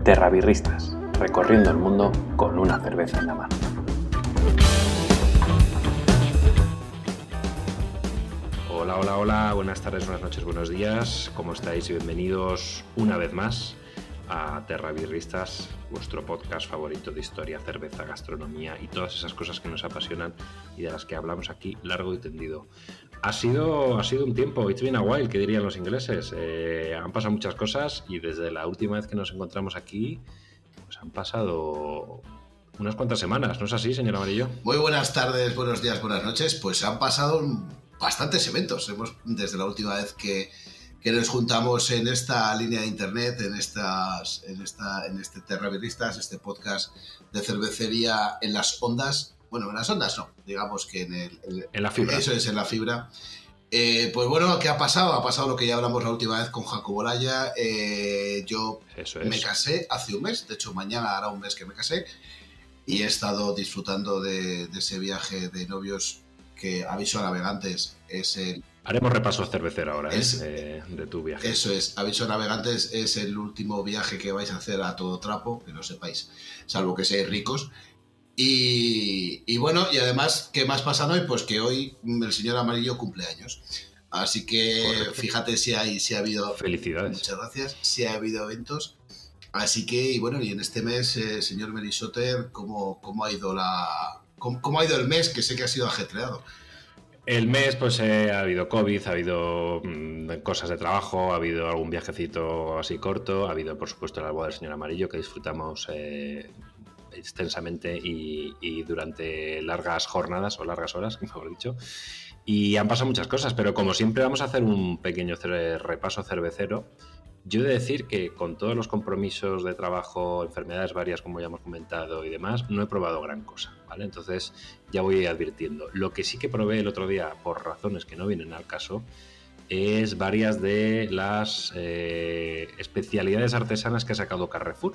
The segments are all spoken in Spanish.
Terrabirristas, recorriendo el mundo con una cerveza en la mano. Hola, buenas tardes, buenas noches, buenos días. ¿Cómo estáis? Y bienvenidos una vez más a Terrabirristas, vuestro podcast favorito de historia, cerveza, gastronomía y todas esas cosas que nos apasionan y de las que hablamos aquí largo y tendido. Ha sido un tiempo, it's been a while, que dirían los ingleses. Han pasado muchas cosas y desde la última vez que nos encontramos aquí, pues han pasado unas cuantas semanas, ¿no es así, señor Amarillo? Muy buenas tardes, buenos días, buenas noches. Pues han pasado bastantes eventos. Desde la última vez que nos juntamos en esta línea de internet, en este Terrabirristas, este podcast de cervecería en las ondas. Bueno, en las ondas no, digamos que en la fibra. Eso es, en la fibra. Pues bueno, ¿qué ha pasado? Ha pasado lo que ya hablamos la última vez con Jacobo Laya. Yo me casé hace un mes, de hecho mañana hará un mes que me casé, y he estado disfrutando de ese viaje de novios que, aviso a navegantes, es el... Haremos repaso cervecero ahora de tu viaje. Eso es, aviso a navegantes, es el último viaje que vais a hacer a todo trapo, que lo sepáis, salvo que seáis ricos. Y bueno, y además, ¿qué más pasa hoy? Pues que hoy el señor Amarillo cumple años. Así que correcto. Fíjate si ha habido... Felicidades. Muchas gracias. Si ha habido eventos. Así que, y bueno, y en este mes, señor Merisotter, ¿cómo ha ido cómo ha ido el mes? Que sé que ha sido ajetreado. El mes, pues ha habido COVID, ha habido cosas de trabajo, ha habido algún viajecito así corto, ha habido, por supuesto, la boda del señor Amarillo, que disfrutamos extensamente y durante largas jornadas o largas horas, mejor dicho. Y han pasado muchas cosas, pero como siempre vamos a hacer un pequeño repaso cervecero. Yo he de decir que con todos los compromisos de trabajo, enfermedades varias, como ya hemos comentado y demás, no he probado gran cosa, ¿vale? Entonces ya voy advirtiendo. Lo que sí que probé el otro día, por razones que no vienen al caso, es varias de las especialidades artesanas que ha sacado Carrefour.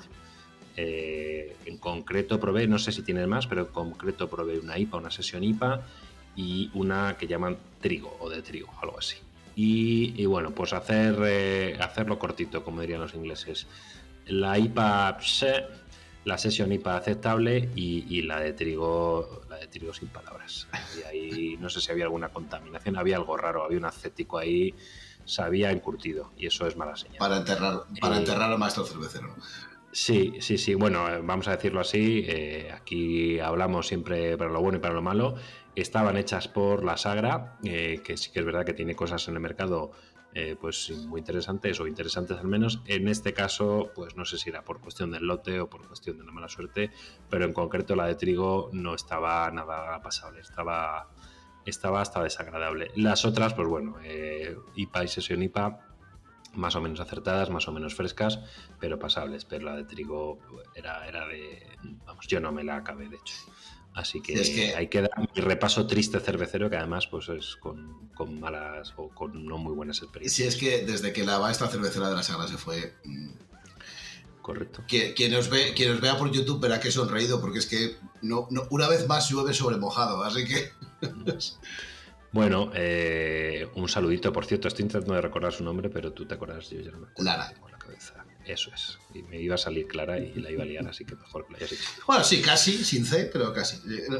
En concreto probé, no sé si tienes más, pero en concreto probé una IPA, una sesión IPA y una que llaman trigo o de trigo, algo así. Y bueno, pues hacerlo cortito, como dirían los ingleses. La IPA, la sesión IPA aceptable y la de trigo sin palabras. Y ahí no sé si había alguna contaminación, había algo raro, había un acético ahí, se había encurtido y eso es mala señal. Para enterrar al maestro cervecero. Sí, bueno, vamos a decirlo así, aquí hablamos siempre para lo bueno y para lo malo. Estaban hechas por La Sagra, que sí que es verdad que tiene cosas en el mercado pues muy interesantes o interesantes al menos. En este caso, pues no sé si era por cuestión del lote o por cuestión de la mala suerte, pero en concreto la de trigo no estaba nada pasable, estaba hasta desagradable. Las otras, pues bueno, IPA y sesión IPA, más o menos acertadas, más o menos frescas, pero pasables. Pero la de trigo era de... Vamos, yo no me la acabé, de hecho. Así que ahí queda mi repaso triste cervecero, que además pues es con malas o con no muy buenas experiencias. Sí, es que desde que la maestra cervecera de La Sagra se fue... Correcto. Quien nos vea por YouTube verá que he sonreído, porque es que no, una vez más llueve sobre mojado, así que... Bueno, un saludito, por cierto, estoy intentando de recordar su nombre, pero tú te acuerdas, yo ya no me acuerdo. Clara. Tengo la cabeza. Eso es. Y me iba a salir Clara y la iba a liar, así que mejor que la hayas hecho. Bueno, sí, casi, sin C, pero casi.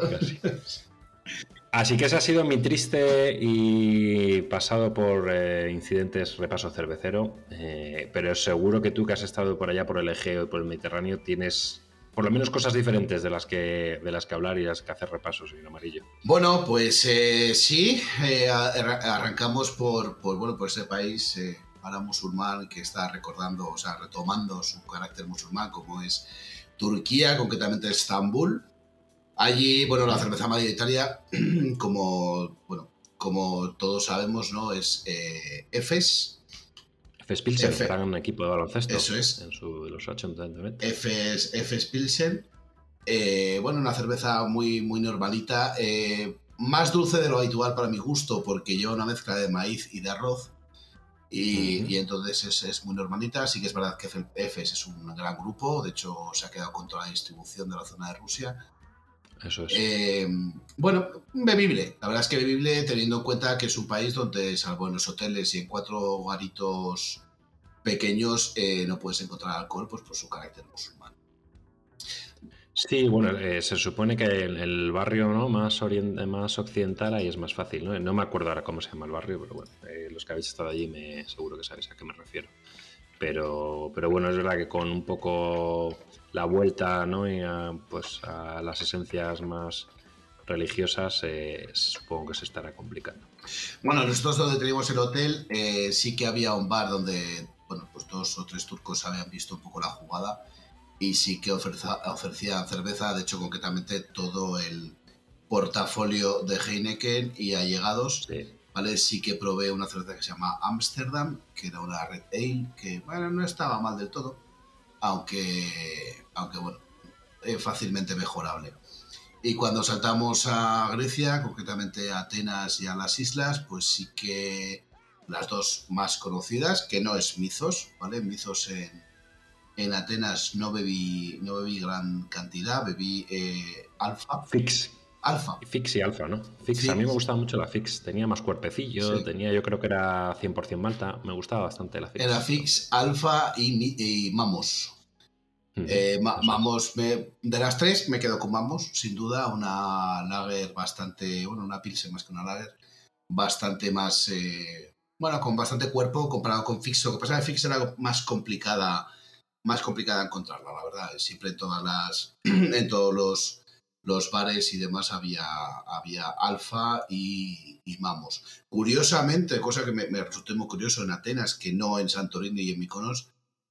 Así que ese ha sido mi triste y pasado por incidentes repaso cervecero, pero seguro que tú que has estado por allá por el Egeo y por el Mediterráneo tienes... por lo menos cosas diferentes de las que hablar y las que hacer repasos, señor Amarillo. Bueno, pues sí, arrancamos por ese país ahora musulmán que está retomando su carácter musulmán, como es Turquía, concretamente Estambul. Allí, bueno, la cerveza mayoritaria, como todos sabemos, ¿no? Es Efes. Efes Pilsen, gran equipo de baloncesto. Eso es. En de los 80 metros. Efes Pilsen. Bueno, una cerveza muy, muy normalita. Más dulce de lo habitual para mi gusto, porque lleva una mezcla de maíz y de arroz. Y entonces es muy normalita. Sí que es verdad que Efes es un gran grupo. De hecho, se ha quedado con toda la distribución de la zona de Rusia. Eso es. Bueno, bebible. La verdad es que bebible, teniendo en cuenta que es un país donde, salvo en los hoteles y en 4 garitos pequeños no puedes encontrar alcohol pues por su carácter musulmán. Sí, bueno, se supone que en el barrio, ¿no? más occidental ahí es más fácil, ¿no? No me acuerdo ahora cómo se llama el barrio, pero bueno, los que habéis estado allí seguro que sabéis a qué me refiero. Pero bueno, es verdad que con un poco la vuelta, ¿no? Y pues a las esencias más religiosas, supongo que se estará complicando. Bueno, nosotros donde teníamos el hotel sí que había un bar donde, bueno, pues 2 o 3 turcos habían visto un poco la jugada y sí que ofrecían cerveza, de hecho concretamente todo el portafolio de Heineken y allegados, Sí. ¿vale? Sí que probé una cerveza que se llama Amsterdam, que era una Red Ale, que bueno, no estaba mal del todo, aunque bueno, fácilmente mejorable. Y cuando saltamos a Grecia, concretamente a Atenas y a las islas, pues sí que las dos más conocidas, que no es Mythos, ¿vale? Mythos en Atenas no bebí gran cantidad, bebí Alfa. Fix. Alfa. Fix y Alfa, ¿no? Fix, sí. A mí me gustaba mucho la Fix. Tenía más cuerpecillo, sí. Yo creo que era 100% malta. Me gustaba bastante la Fix. Era Fix, Alfa y Mamos. Mamos, de las 3 me quedo con Mamos, sin duda, una lager bastante, bueno, una pilsen más que una lager, bastante más, bueno, con bastante cuerpo comparado con Fix. Lo que pasa es que Fix era más complicada encontrarla, la verdad. Siempre en en todos los bares y demás había Alfa y Mamos. Curiosamente, cosa que me resultó muy curioso en Atenas, que no en Santorini y en Mykonos,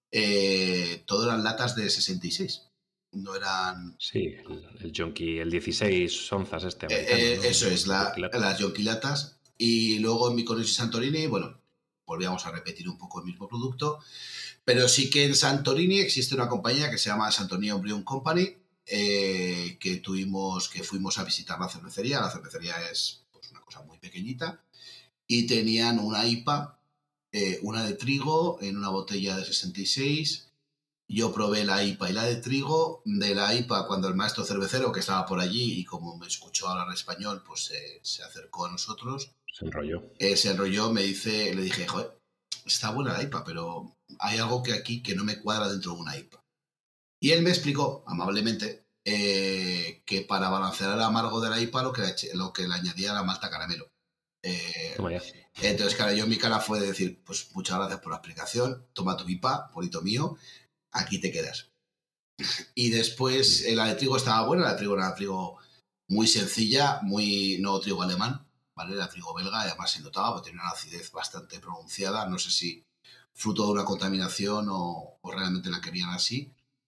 todo eran latas de 66. No eran... Sí, el Jonky, el 16 onzas americano, ¿no? Eso es, las Jonky latas. Y luego en Mykonos y Santorini, bueno, volvíamos a repetir un poco el mismo producto. Pero sí que en Santorini existe una compañía que se llama Santorini Brewing Company, que fuimos a visitar la cervecería. La cervecería es pues, una cosa muy pequeñita. Y tenían una IPA, una de trigo en una botella de 66. Yo probé la IPA y la de trigo. De la IPA, cuando el maestro cervecero que estaba por allí y como me escuchó hablar español, pues se acercó a nosotros. Se enrolló. Se enrolló, le dije, joder, está buena la IPA, pero hay algo que no me cuadra dentro de una IPA. Y él me explicó, amablemente, que para balancear el amargo de la IPA lo que le añadía era malta caramelo. Entonces, claro, yo en mi cara fue de decir, pues muchas gracias por la explicación, toma tu IPA, bonito mío, aquí te quedas. Y después la de trigo estaba buena, la de trigo era trigo muy sencilla, no trigo alemán, ¿vale? Era trigo belga, y además se notaba, porque tenía una acidez bastante pronunciada, no sé si fruto de una contaminación o realmente la querían así.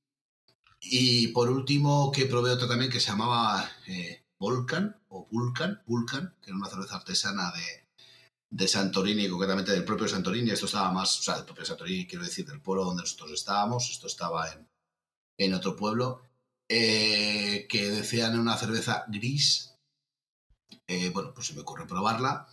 Y por último, que probé otra también que se llamaba Vulcan, que era una cerveza artesana de Santorini, concretamente del propio Santorini. Esto estaba más, o sea, del propio Santorini, quiero decir, del pueblo donde nosotros estábamos. Esto estaba en otro pueblo, que decían una cerveza gris. Bueno, pues se me ocurre probarla.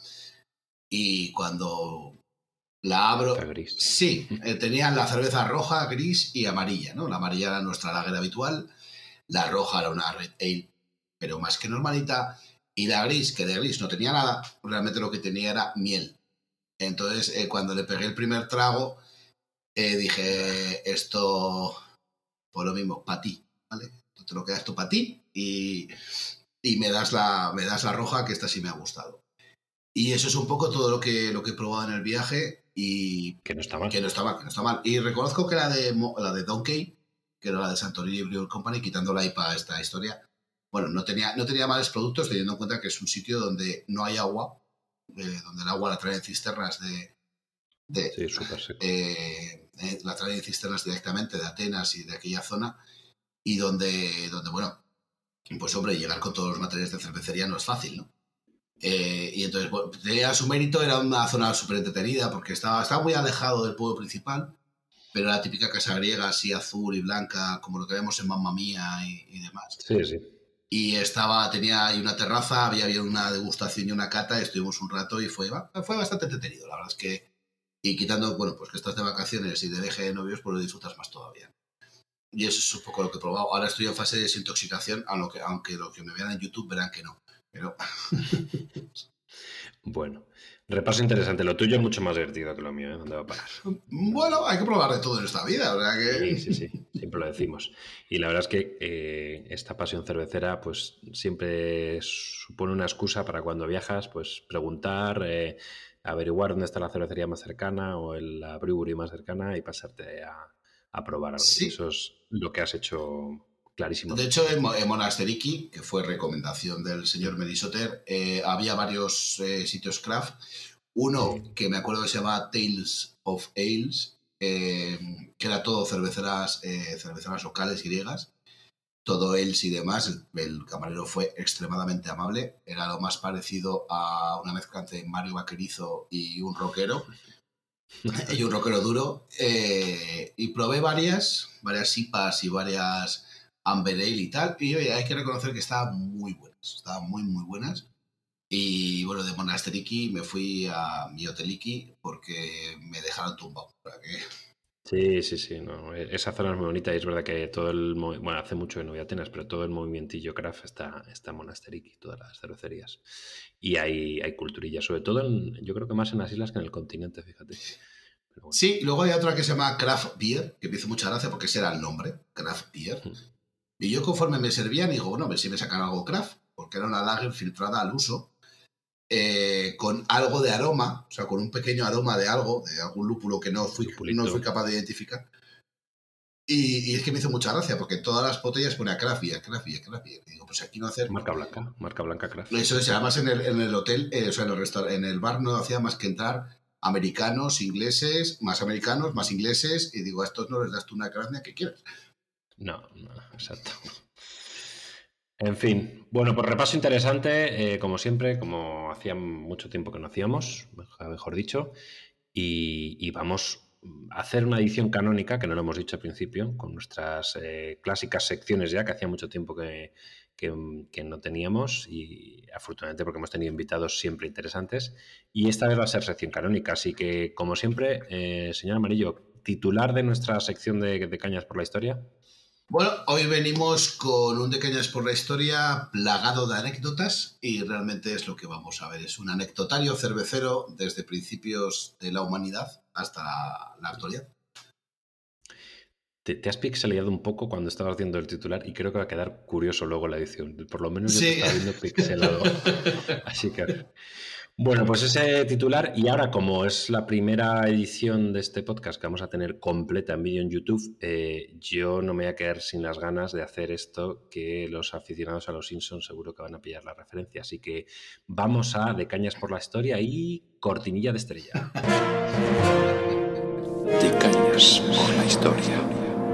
Y cuando la abro... Gris. Sí, tenían la cerveza roja, gris y amarilla, ¿no? La amarilla era nuestra lager habitual, la roja era una Red Ale, pero más que normalita, y la gris, que de gris no tenía nada, realmente lo que tenía era miel. Entonces, cuando le pegué el primer trago, dije, esto, por lo mismo, para ti, ¿vale? Te lo quedas tú para ti y me das la roja, que esta sí me ha gustado. Y eso es un poco todo lo que he probado en el viaje y... Que no está mal. Que no está mal. Y reconozco que la de Donkey, que era la de Santorini Brewing Company, quitando la IPA a esta historia, bueno, no tenía males productos, teniendo en cuenta que es un sitio donde no hay agua, donde el agua la traen cisternas sí, súper seco. La traen cisternas directamente de Atenas y de aquella zona, y donde bueno, pues hombre, llegar con todos los materiales de cervecería no es fácil, ¿no? Y entonces, bueno, tenía su mérito, era una zona súper entretenida porque estaba muy alejado del pueblo principal, pero la típica casa griega así azul y blanca, como lo que vemos en Mamma Mía y demás. Sí, sí. Y tenía ahí una terraza, había una degustación y una cata, estuvimos un rato y fue bastante entretenido, la verdad es que, y quitando, bueno, pues que estás de vacaciones y de viaje de novios, pues lo disfrutas más todavía. Y eso es un poco lo que he probado. Ahora estoy en fase de desintoxicación, aunque lo que me vean en YouTube verán que no. Pero Bueno, repaso interesante. Lo tuyo es mucho más divertido que lo mío, ¿eh? ¿Dónde va a parar? Bueno, hay que probar de todo en esta vida, o sea que... Sí, siempre lo decimos. Y la verdad es que esta pasión cervecera pues siempre supone una excusa para cuando viajas, pues preguntar, averiguar dónde está la cervecería más cercana o la brewery más cercana y pasarte a probar algo. Y Sí. eso es lo que has hecho De clarísimo. hecho, en Monasteriki, que fue recomendación del señor Melisoter, había varios sitios craft. Uno Sí. que me acuerdo que se llamaba Tales of Ales, que era todo cerveceras locales griegas, todo ales y demás. El camarero fue extremadamente amable. Era lo más parecido a una mezcla entre Mario Vaquerizo y un rockero duro. Y probé varias IPAs y varias Amber Ale y tal. Y oye, hay que reconocer que estaban muy buenas. Estaban muy, muy buenas. Y bueno, de Monasteriki me fui a mi hoteliki porque me dejaron tumbado. O sea que... Sí, no. Esa zona es muy bonita y es verdad que todo bueno, hace mucho que no voy a Atenas, pero todo el movimientillo craft está en Monasteriki, todas las cervecerías. Y hay culturilla, sobre todo yo creo que más en las islas que en el continente, fíjate. Pero bueno. Sí, luego hay otra que se llama Craft Beer, que me hizo mucha gracia porque ese era el nombre, Craft Beer. Y yo conforme me servían, digo, bueno, a ver si me sacan algo craft, porque era una lager filtrada al uso, con algo de aroma, o sea, con un pequeño aroma de algo, de algún lúpulo que no fui Lupulito. capaz de identificar. Y es que me hizo mucha gracia, porque en todas las botellas ponía craft beer, craft beer, craft beer. Y digo, pues aquí no hacer, no. Marca blanca craft. Eso es, además en el hotel, o sea, en el bar no hacía más que entrar americanos, ingleses, más ingleses, y digo, a estos no les das tú una craft beer que quieras. No, exacto. En fin, bueno, pues repaso interesante, como siempre, como hacía mucho tiempo que no hacíamos, mejor dicho, y vamos a hacer una edición canónica, que no lo hemos dicho al principio, con nuestras clásicas secciones ya, que hacía mucho tiempo que no teníamos, y afortunadamente porque hemos tenido invitados siempre interesantes, y esta vez va a ser sección canónica, así que, como siempre, señor Amarillo, titular de nuestra sección de Cañas por la Historia. Bueno, hoy venimos con un de Cañas por la Historia plagado de anécdotas y realmente es lo que vamos a ver. Es un anecdotario cervecero desde principios de la humanidad hasta la actualidad. Te has pixeleado un poco cuando estabas haciendo el titular y creo que va a quedar curioso luego la edición. Por lo menos yo te Sí. estaba viendo pixelado. Así que... Bueno, pues ese titular, y ahora como es la primera edición de este podcast que vamos a tener completa en vídeo en YouTube, yo no me voy a quedar sin las ganas de hacer esto que los aficionados a los Simpsons seguro que van a pillar la referencia. Así que vamos a De Cañas por la Historia y cortinilla de estrella. De Cañas por la Historia.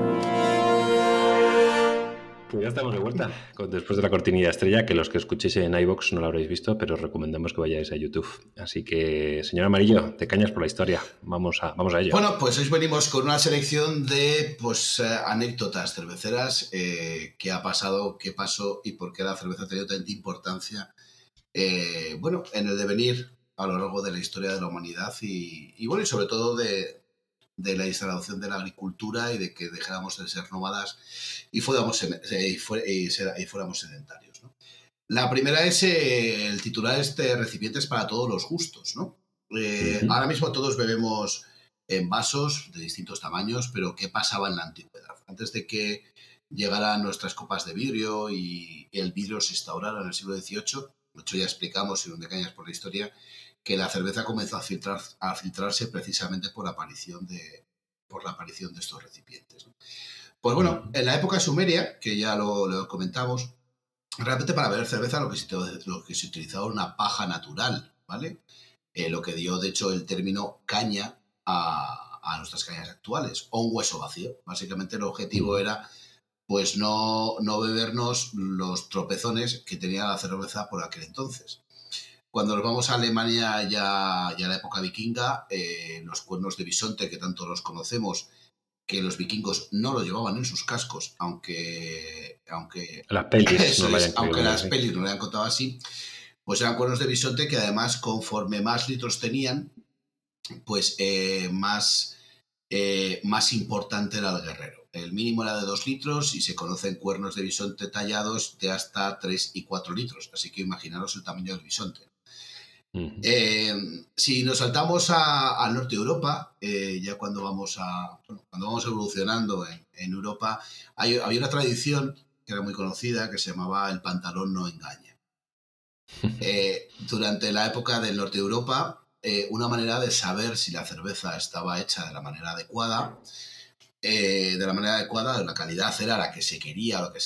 Pues ya estamos de vuelta, después de la cortinilla estrella, que los que escuchéis en iVoox no lo habréis visto, pero os recomendamos que vayáis a YouTube. Así que, señor Amarillo, Te Cañas por la Historia, vamos a ello. Bueno, pues hoy venimos con una selección de anécdotas cerveceras, qué ha pasado, qué pasó y por qué la cerveza ha tenido tanta importancia en el devenir a lo largo de la historia de la humanidad y sobre todo de la instalación de la agricultura y de que dejáramos de ser nómadas y fuéramos sedentarios, ¿no? La primera es el titular recipientes para todos los gustos, ¿no? Ahora mismo todos bebemos en vasos de distintos tamaños, pero ¿qué pasaba en la antigüedad? Antes de que llegaran nuestras copas de vidrio y el vidrio se instaurara en el siglo XVIII, de hecho ya explicamos en un de Cañas por la Historia que la cerveza comenzó a filtrarse precisamente por la aparición de estos recipientes, ¿no? Pues bueno, en la época sumeria, que ya lo comentamos, realmente para beber cerveza lo que se utilizaba era una paja natural, ¿vale? Lo que dio, de hecho, el término caña a nuestras cañas actuales, o un hueso vacío. Básicamente el objetivo era pues no bebernos los tropezones que tenía la cerveza por aquel entonces. Cuando nos vamos a Alemania ya la época vikinga, los cuernos de bisonte, que tanto los conocemos, que los vikingos no los llevaban en sus cascos, aunque las pelis no las pelis no lo hayan contado así, pues eran cuernos de bisonte que además conforme más litros tenían, pues más importante era el guerrero. El mínimo era de 2 litros y se conocen cuernos de bisonte tallados de hasta 3 y 4 litros. Así que imaginaros el tamaño del bisonte. Si nos saltamos al norte de Europa, ya cuando vamos evolucionando en Europa, había una tradición que era muy conocida que se llamaba el pantalón no engaña. Durante la época del norte de Europa, una manera de saber si la cerveza estaba hecha de la manera adecuada, la calidad era la que se quería, la que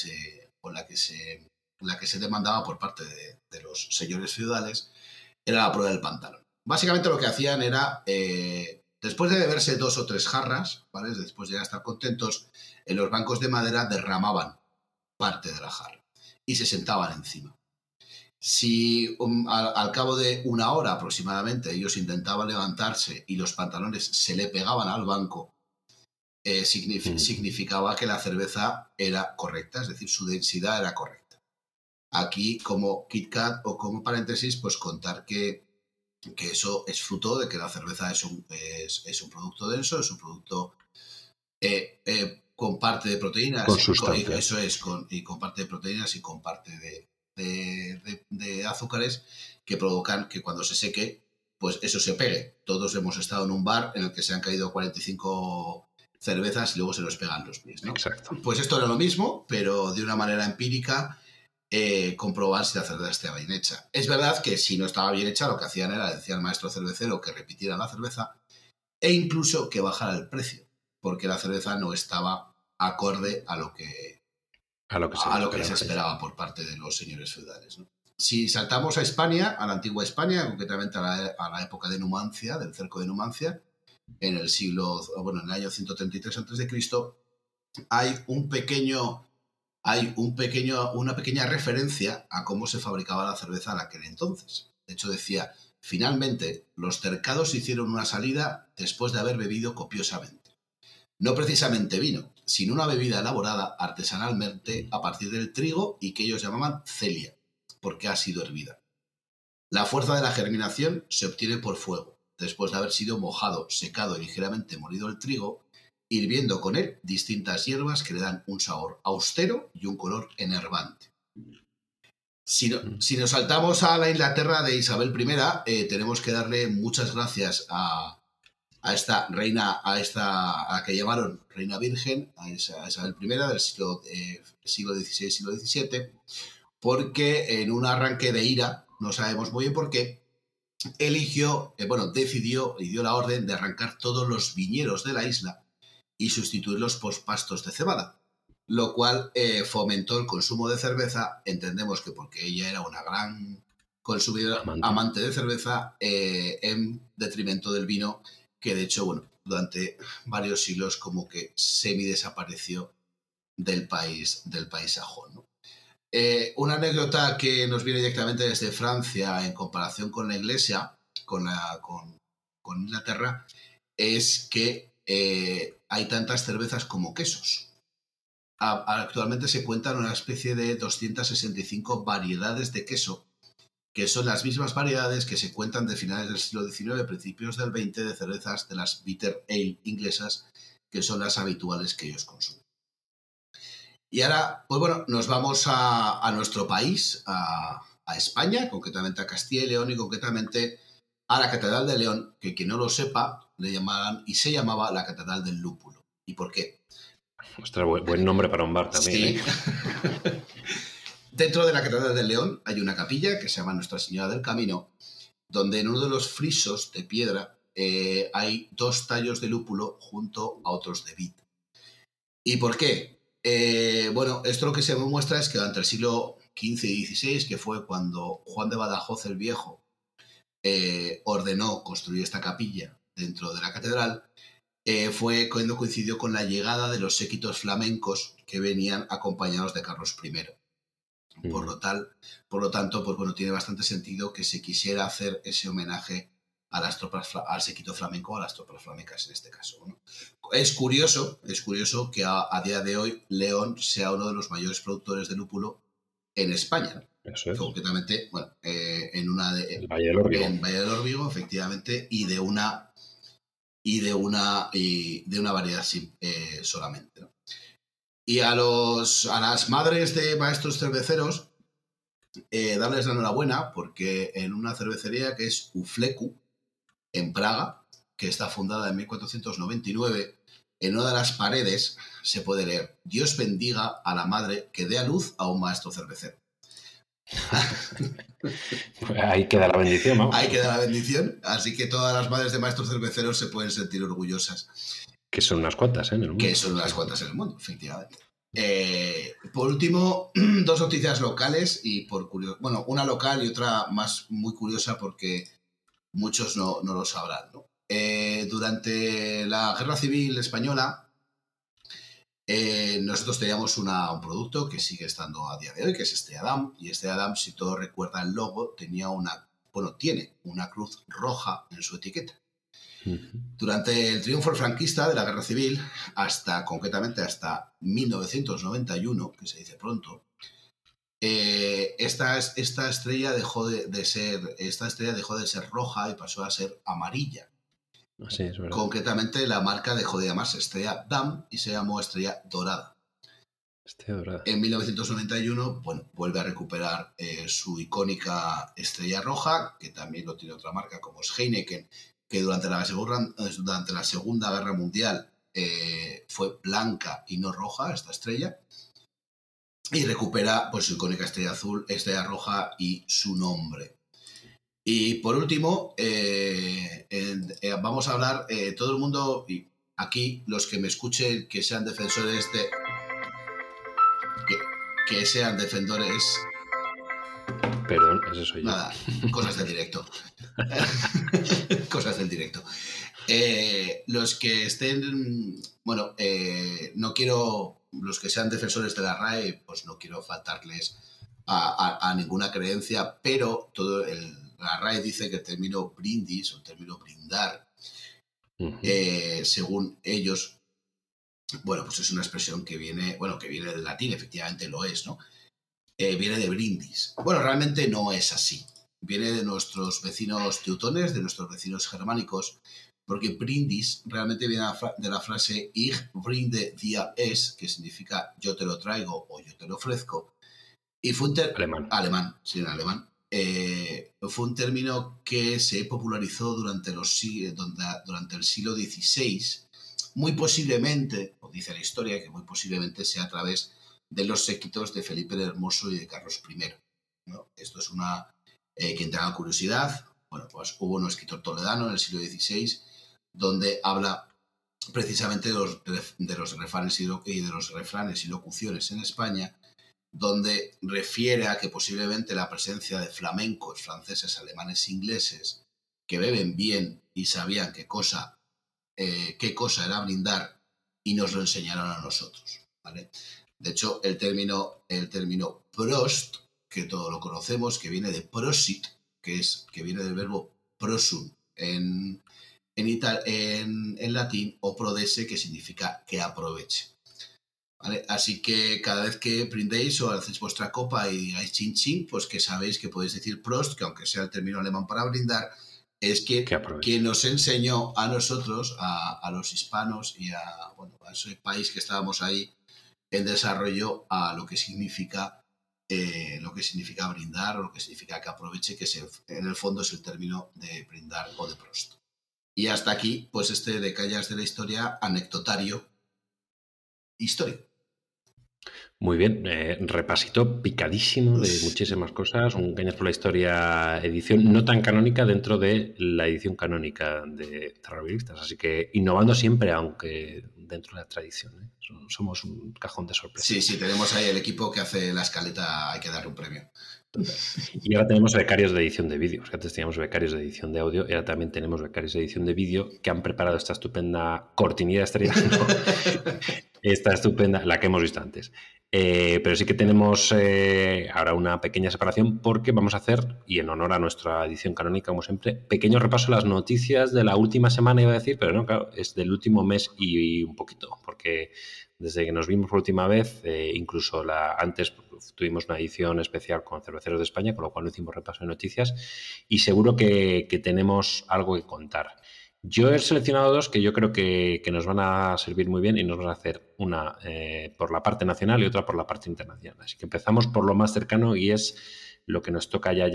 se demandaba por parte de los señores feudales, era la prueba del pantalón. Básicamente lo que hacían era, después de beberse 2 o 3 jarras, ¿vale? Después de estar contentos, en los bancos de madera derramaban parte de la jarra y se sentaban encima. Si al cabo de 1 hora aproximadamente ellos intentaban levantarse y los pantalones se le pegaban al banco, significaba que la cerveza era correcta, es decir, su densidad era correcta. Aquí, como KitKat o como paréntesis, pues contar que eso es fruto de que la cerveza es un producto denso, es un producto con parte de proteínas. Con sustancia. Y con parte de proteínas y con parte de azúcares que provocan que cuando se seque, pues eso se pegue. Todos hemos estado en un bar en el que se han caído 45 cervezas y luego se nos pegan los pies, ¿no? Exacto. Pues esto era lo mismo, pero de una manera empírica, comprobar si la cerveza estaba bien hecha. Es verdad que si no estaba bien hecha, lo que hacían era decir al maestro cervecero que repitiera la cerveza e incluso que bajara el precio, porque la cerveza no estaba acorde a lo que se esperaba por parte de los señores feudales, ¿no? Si saltamos a España, a la antigua España, concretamente a la época de Numancia, del cerco de Numancia, en el año 133 a.C., hay una pequeña referencia a cómo se fabricaba la cerveza en aquel entonces. De hecho, decía: finalmente, los cercados hicieron una salida después de haber bebido copiosamente. No precisamente vino, sino una bebida elaborada artesanalmente a partir del trigo y que ellos llamaban celia, porque ha sido hervida. La fuerza de la germinación se obtiene por fuego, después de haber sido mojado, secado y ligeramente molido el trigo, hirviendo con él distintas hierbas que le dan un sabor austero y un color enervante. Si nos saltamos a la Inglaterra de Isabel I, tenemos que darle muchas gracias a esta reina, a la que llamaron Reina Virgen, a Isabel I del siglo XVI, siglo XVII, porque en un arranque de ira, no sabemos muy bien por qué, decidió y dio la orden de arrancar todos los viñedos de la isla y sustituirlos por pastos de cebada, lo cual fomentó el consumo de cerveza. Entendemos que porque ella era una gran consumidora, amante de cerveza, en detrimento del vino, que de hecho, durante varios siglos como que semi-desapareció del país sajón, ¿no? Una anécdota que nos viene directamente desde Francia en comparación con la Iglesia, con Inglaterra, es que hay tantas cervezas como quesos. Actualmente se cuentan una especie de 265 variedades de queso, que son las mismas variedades que se cuentan de finales del siglo XIX, principios del XX, de cervezas de las bitter ale inglesas, que son las habituales que ellos consumen. Y ahora, nos vamos a nuestro país, a España, concretamente a Castilla y León, y concretamente a la Catedral de León, que quien no lo sepa, se llamaba la Catedral del Lúpulo. ¿Y por qué? Ostras, buen nombre para un bar también, sí. Dentro de la Catedral de León hay una capilla que se llama Nuestra Señora del Camino, donde en uno de los frisos de piedra hay 2 tallos de lúpulo junto a otros de vid. ¿Y por qué? Esto lo que se muestra es que durante el siglo XV y XVI, que fue cuando Juan de Badajoz el Viejo ordenó construir esta capilla dentro de la catedral, fue cuando coincidió con la llegada de los séquitos flamencos que venían acompañados de Carlos I. Por lo tanto, tiene bastante sentido que se quisiera hacer ese homenaje a las tropas, al séquito flamenco, a las tropas flamencas en este caso, ¿no? Es curioso que a día de hoy León sea uno de los mayores productores de lúpulo en España, ¿no? Eso es. Concretamente, en Valle del Órbigo. En Valle del Órbigo, efectivamente, y de una variedad solamente, ¿no? Y a las madres de maestros cerveceros, darles la enhorabuena porque en una cervecería que es Ufleku, en Praga, que está fundada en 1499, en una de las paredes se puede leer: Dios bendiga a la madre que dé a luz a un maestro cervecero. Ahí queda la bendición, ¿no? Ahí queda la bendición, así que todas las madres de maestros cerveceros se pueden sentir orgullosas. Que son unas cuantas, en el mundo. Que son unas cuantas en el mundo, efectivamente. Por último, dos noticias locales y bueno, una local y otra más muy curiosa porque muchos no lo sabrán, ¿no? Durante la Guerra Civil Española, nosotros teníamos un producto que sigue estando a día de hoy, que es Estrella Damm, y Estrella Damm, si todos recuerdan el logo, tiene una cruz roja en su etiqueta. Durante el triunfo franquista de la Guerra Civil, concretamente hasta 1991, que se dice pronto, esta estrella dejó de ser roja y pasó a ser amarilla. Sí, es verdad. Concretamente, la marca dejó de llamarse Estrella Damm y se llamó Estrella Dorada. Estrella Dorada. En 1991, bueno, vuelve a recuperar su icónica estrella roja, que también lo tiene otra marca como es Heineken, que durante la Segunda Guerra Mundial fue blanca y no roja esta estrella, y recupera pues su icónica estrella azul, estrella roja y su nombre. Y por último, vamos a hablar, todo el mundo, y aquí los que me escuchen que sean defensores de... Que sean defensores... Perdón, eso soy yo. Nada, cosas del directo. Cosas del directo. Los que estén... Bueno, no quiero... Los que sean defensores de la RAE, pues no quiero faltarles a ninguna creencia, pero la RAE dice que el término brindis o el término brindar, según ellos, bueno, pues es una expresión que viene del latín, efectivamente lo es, ¿no? Viene de brindis. Bueno, realmente no es así. Viene de nuestros vecinos teutones, de nuestros vecinos germánicos, porque brindis realmente viene de la frase Ich brinde dir es, que significa yo te lo traigo o yo te lo ofrezco. Y fue alemán, sí, en alemán. Fue un término que se popularizó durante el siglo XVI, muy posiblemente, o dice la historia, que muy posiblemente sea a través de los séquitos de Felipe el Hermoso y de Carlos I, ¿no? Esto es quien tenga curiosidad, bueno, pues hubo un escritor toledano en el siglo XVI donde habla precisamente de los refranes y de los refranes y locuciones en España, donde refiere a que posiblemente la presencia de flamencos, franceses, alemanes, ingleses, que beben bien y sabían qué cosa era brindar, y nos lo enseñaron a nosotros, ¿vale? De hecho, el término Prost, que todos lo conocemos, que viene de prosit, que viene del verbo prosum en latín, o prodesse, que significa que aproveche. ¿Vale? Así que cada vez que brindéis o hacéis vuestra copa y digáis chin chin, pues que sabéis que podéis decir Prost, que aunque sea el término alemán para brindar, es quien nos enseñó a nosotros, a los hispanos y a ese país que estábamos ahí en desarrollo, a lo que significa brindar, o lo que significa que aproveche, que en el fondo es el término de brindar o de Prost. Y hasta aquí, pues de Callas de la Historia, anecdotario histórico. Muy bien, repasito picadísimo de muchísimas cosas, un Cañas por la Historia edición no tan canónica dentro de la edición canónica de Terroristas, así que innovando siempre, aunque dentro de la tradición, ¿eh? Somos un cajón de sorpresas. Sí, tenemos ahí el equipo que hace la escaleta, hay que darle un premio. Y ahora tenemos becarios de edición de vídeo. Antes teníamos becarios de edición de audio y ahora también tenemos becarios de edición de vídeo que han preparado esta estupenda cortinilla estrella. Esta estupenda, la que hemos visto antes. Pero sí que tenemos ahora una pequeña separación porque vamos a hacer, y en honor a nuestra edición canónica, como siempre, pequeño repaso a las noticias de la última semana, iba a decir, pero no, claro, es del último mes y un poquito, porque desde que nos vimos por última vez, incluso antes tuvimos una edición especial con Cerveceros de España, con lo cual no hicimos repaso de noticias y seguro que tenemos algo que contar. Yo he seleccionado dos que yo creo que nos van a servir muy bien y nos van a hacer una por la parte nacional y otra por la parte internacional. Así que empezamos por lo más cercano y es lo que nos toca ya,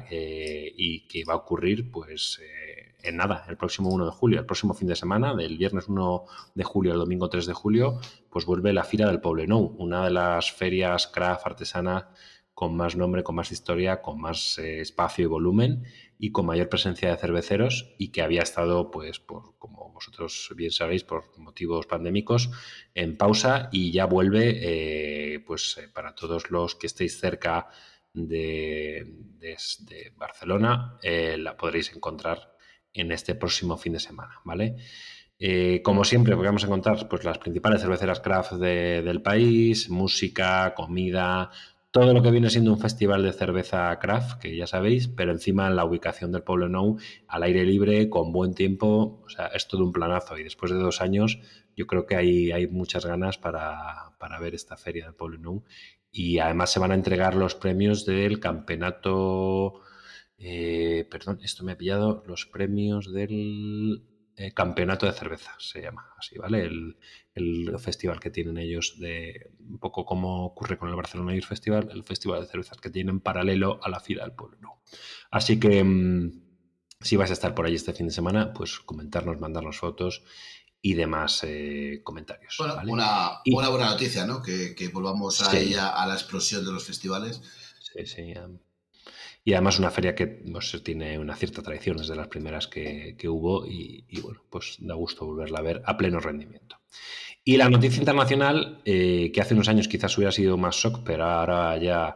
y que va a ocurrir pues en nada, el próximo 1 de julio, el próximo fin de semana, del viernes 1 de julio al domingo 3 de julio, pues vuelve la Fira del Poblenou, una de las ferias craft artesanas con más nombre, con más historia, con más espacio y volumen y con mayor presencia de cerveceros, y que había estado, pues, como vosotros bien sabéis, por motivos pandémicos, en pausa, y ya vuelve para todos los que estéis cerca de Barcelona, la podréis encontrar en este próximo fin de semana, ¿vale? Como siempre, vamos a encontrar pues, las principales cerveceras craft del país, música, comida, todo lo que viene siendo un festival de cerveza craft, que ya sabéis, pero encima en la ubicación del Poblenou, al aire libre, con buen tiempo, o sea, es todo un planazo. Y después de 2 años, yo creo que hay muchas ganas para ver esta feria del Poblenou. Y además se van a entregar los premios del campeonato... perdón, esto me ha pillado, los premios del campeonato de cerveza, se llama así, ¿vale? El festival que tienen ellos, de un poco como ocurre con el Barcelona Beer Festival, el festival de cervezas que tienen paralelo a la Fira del Pueblo. Así que si vais a estar por allí este fin de semana, pues comentarnos, mandarnos fotos y demás comentarios. Bueno, ¿vale? una buena noticia, ¿no? Que volvamos sí, a la explosión de los festivales. Sí. Y además una feria que pues, tiene una cierta tradición, es de las primeras que hubo, y bueno, pues da gusto volverla a ver a pleno rendimiento. Y la noticia internacional, que hace unos años quizás hubiera sido más shock, pero ahora ya,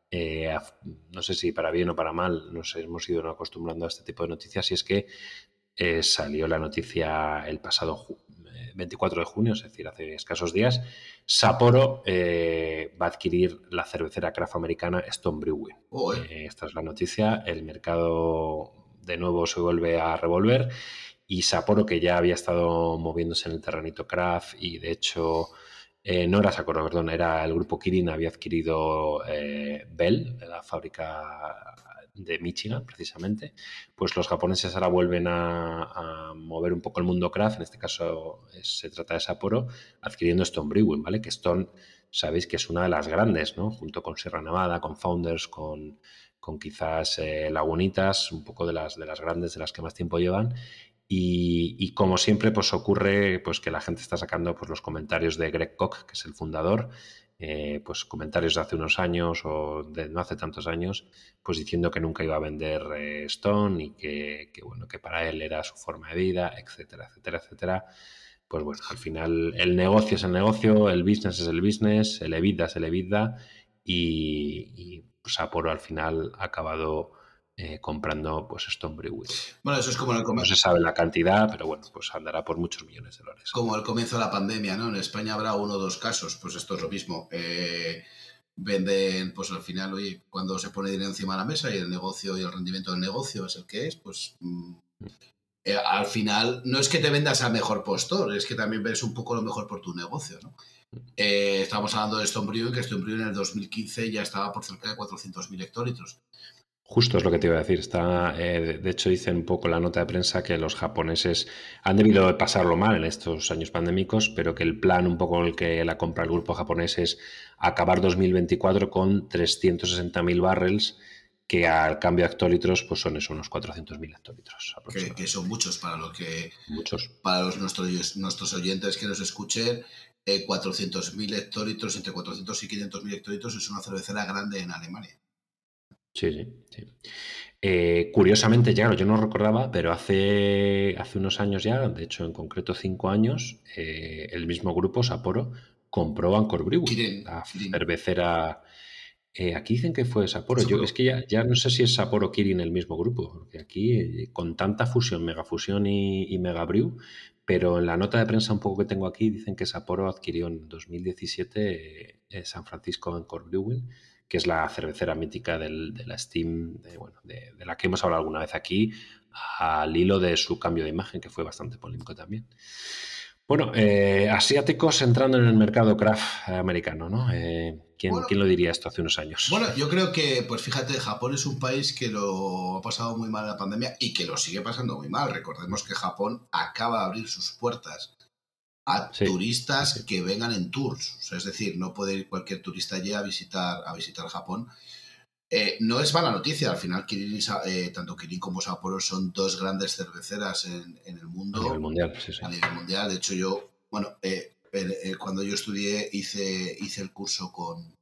no sé si para bien o para mal, nos hemos ido acostumbrando a este tipo de noticias, y es que salió la noticia el pasado 24 de junio, es decir, hace escasos días. Sapporo va a adquirir la cervecera craft americana Stone Brewing. Esta es la noticia. El mercado de nuevo se vuelve a revolver, y Sapporo, que ya había estado moviéndose en el terrenito craft, y de hecho no era Sapporo, perdón, era el grupo Kirin, había adquirido Bell, la fábrica de Michigan, precisamente. Pues los japoneses ahora vuelven a mover un poco el mundo craft. En este caso se trata de Sapporo, adquiriendo Stone Brewing, ¿vale? Que Stone, sabéis que es una de las grandes, ¿no? Junto con Sierra Nevada, con Founders, con quizás Lagunitas, un poco de las grandes, de las que más tiempo llevan. Y como siempre, pues ocurre pues, que la gente está sacando pues, los comentarios de Greg Koch, que es el fundador, pues comentarios de hace unos años o de no hace tantos años, pues diciendo que nunca iba a vender Stone, y que bueno, que para él era su forma de vida, etcétera, etcétera, etcétera. Pues bueno, al final el negocio es el negocio, el business es el business, el EBITDA es el EBITDA, y Sapporo al final ha acabado comprando pues Stone Brewing. Bueno, eso es como no se sabe la cantidad, pero bueno, pues andará por muchos millones de dólares. Como el comienzo de la pandemia, ¿no? En España habrá 1 o 2 casos, pues esto es lo mismo. Venden, pues al final, oye, cuando se pone dinero encima de la mesa y el negocio y el rendimiento del negocio es el que es, pues al final no es que te vendas al mejor postor, es que también ves un poco lo mejor por tu negocio, ¿no? Estábamos hablando de Stone Brewing, que Stone Brewing en el 2015 ya estaba por cerca de 400.000 hectolitros. Justo es lo que te iba a decir. De hecho, dicen un poco la nota de prensa que los japoneses han debido pasarlo mal en estos años pandémicos, pero que el plan un poco en el que la compra el grupo japonés es acabar 2024 con 360.000 barrels, que al cambio de hectolitros pues son unos 400.000 hectolitros. Que son muchos para lo que... Muchos. Para nuestros oyentes que nos escuchen, 400.000 hectolitros, entre 400 y 500.000 hectolitros, es una cervecera grande en Alemania. Sí. Curiosamente, ya yo no recordaba, pero hace unos años ya, de hecho en concreto 5 años, el mismo grupo, Sapporo, compró Anchor Brewing, la cervecera. Aquí dicen que fue Sapporo. Yo es que ya no sé si es Sapporo o Kirin el mismo grupo, porque aquí con tanta fusión, megafusión y megabrew, pero en la nota de prensa un poco que tengo aquí dicen que Sapporo adquirió en 2017 San Francisco Anchor Brewing, que es la cervecera mítica de la Steam, de la que hemos hablado alguna vez aquí, al hilo de su cambio de imagen, que fue bastante polémico también. Bueno, asiáticos entrando en el mercado craft americano, ¿no? ¿Quién lo diría esto hace unos años? Bueno, yo creo que, pues fíjate, Japón es un país que lo ha pasado muy mal en la pandemia y que lo sigue pasando muy mal. Recordemos que Japón acaba de abrir sus puertas a turistas que vengan en tours. O sea, es decir, no puede ir cualquier turista allí a visitar Japón. No es mala noticia, al final tanto Kirin como Sapporo son dos grandes cerveceras en el mundo. A nivel mundial, sí. A nivel mundial, de hecho yo, cuando yo estudié hice el curso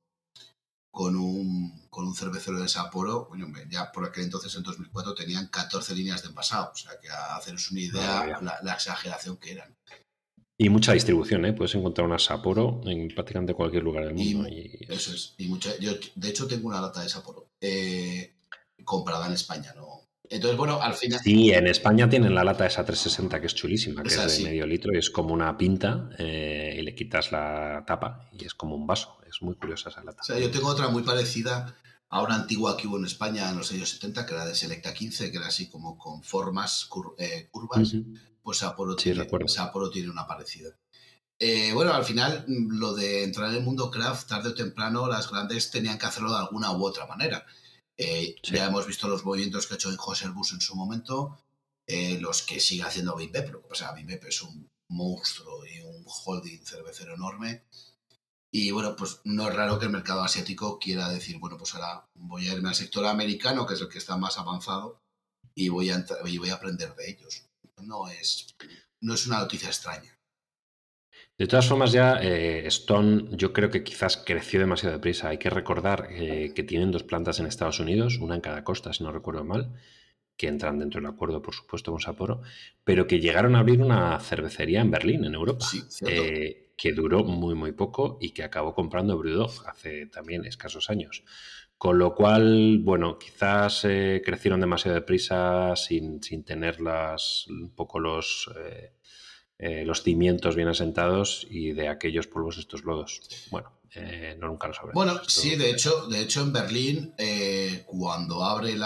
con un cervecero de Sapporo. Bueno, ya por aquel entonces, en 2004, tenían 14 líneas de envasado, o sea que a haceros una idea la exageración que eran. Y mucha distribución, ¿eh? Puedes encontrar una Sapporo en prácticamente cualquier lugar del mundo. Eso es. Yo, de hecho, tengo una lata de Sapporo comprada en España, ¿no? Entonces, bueno, al final... Sí, en España tienen la lata esa 360, que es chulísima, que es de medio litro y es como una pinta, y le quitas la tapa y es como un vaso. Es muy curiosa esa lata. O sea, yo tengo otra muy parecida a una antigua que hubo en España en los años 70, que era de Selecta 15, que era así como con formas curvas. Pues Sapporo tiene una parecida. Bueno, al final, lo de entrar en el mundo craft, tarde o temprano, las grandes tenían que hacerlo de alguna u otra manera. Ya hemos visto los movimientos que ha hecho Anheuser-Busch en su momento, los que sigue haciendo BIMBEP. Lo que pasa es que BIMBEP es un monstruo y un holding cervecero enorme. Y bueno, pues no es raro que el mercado asiático quiera decir, bueno, pues ahora voy a irme al sector americano, que es el que está más avanzado, y voy a aprender de ellos. No es una noticia extraña. De todas formas, ya Stone, yo creo que quizás creció demasiado deprisa. Hay que recordar que tienen 2 plantas en Estados Unidos, una en cada costa, si no recuerdo mal, que entran dentro del acuerdo, por supuesto, con Sapporo, pero que llegaron a abrir una cervecería en Berlín, en Europa, sí, que duró muy, muy poco y que acabó comprando Brewdog hace también escasos años. Con lo cual, bueno, quizás crecieron demasiado deprisa sin tener un poco los cimientos bien asentados, y de aquellos polvos estos lodos. Bueno, nunca lo sabremos. Bueno, sí, de hecho en Berlín, cuando abren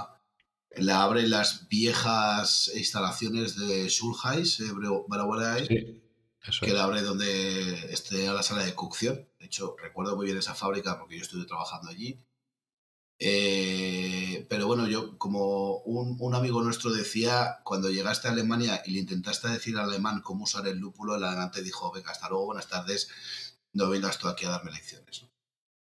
las viejas instalaciones de Schulheis, Brauerei, que la abre donde esté la sala de cocción. De hecho, recuerdo muy bien esa fábrica porque yo estuve trabajando allí. Pero bueno, yo, como un amigo nuestro decía, cuando llegaste a Alemania y le intentaste decir al alemán cómo usar el lúpulo, el alemán te dijo: venga, hasta luego, buenas tardes, no vengas tú aquí a darme lecciones, ¿no?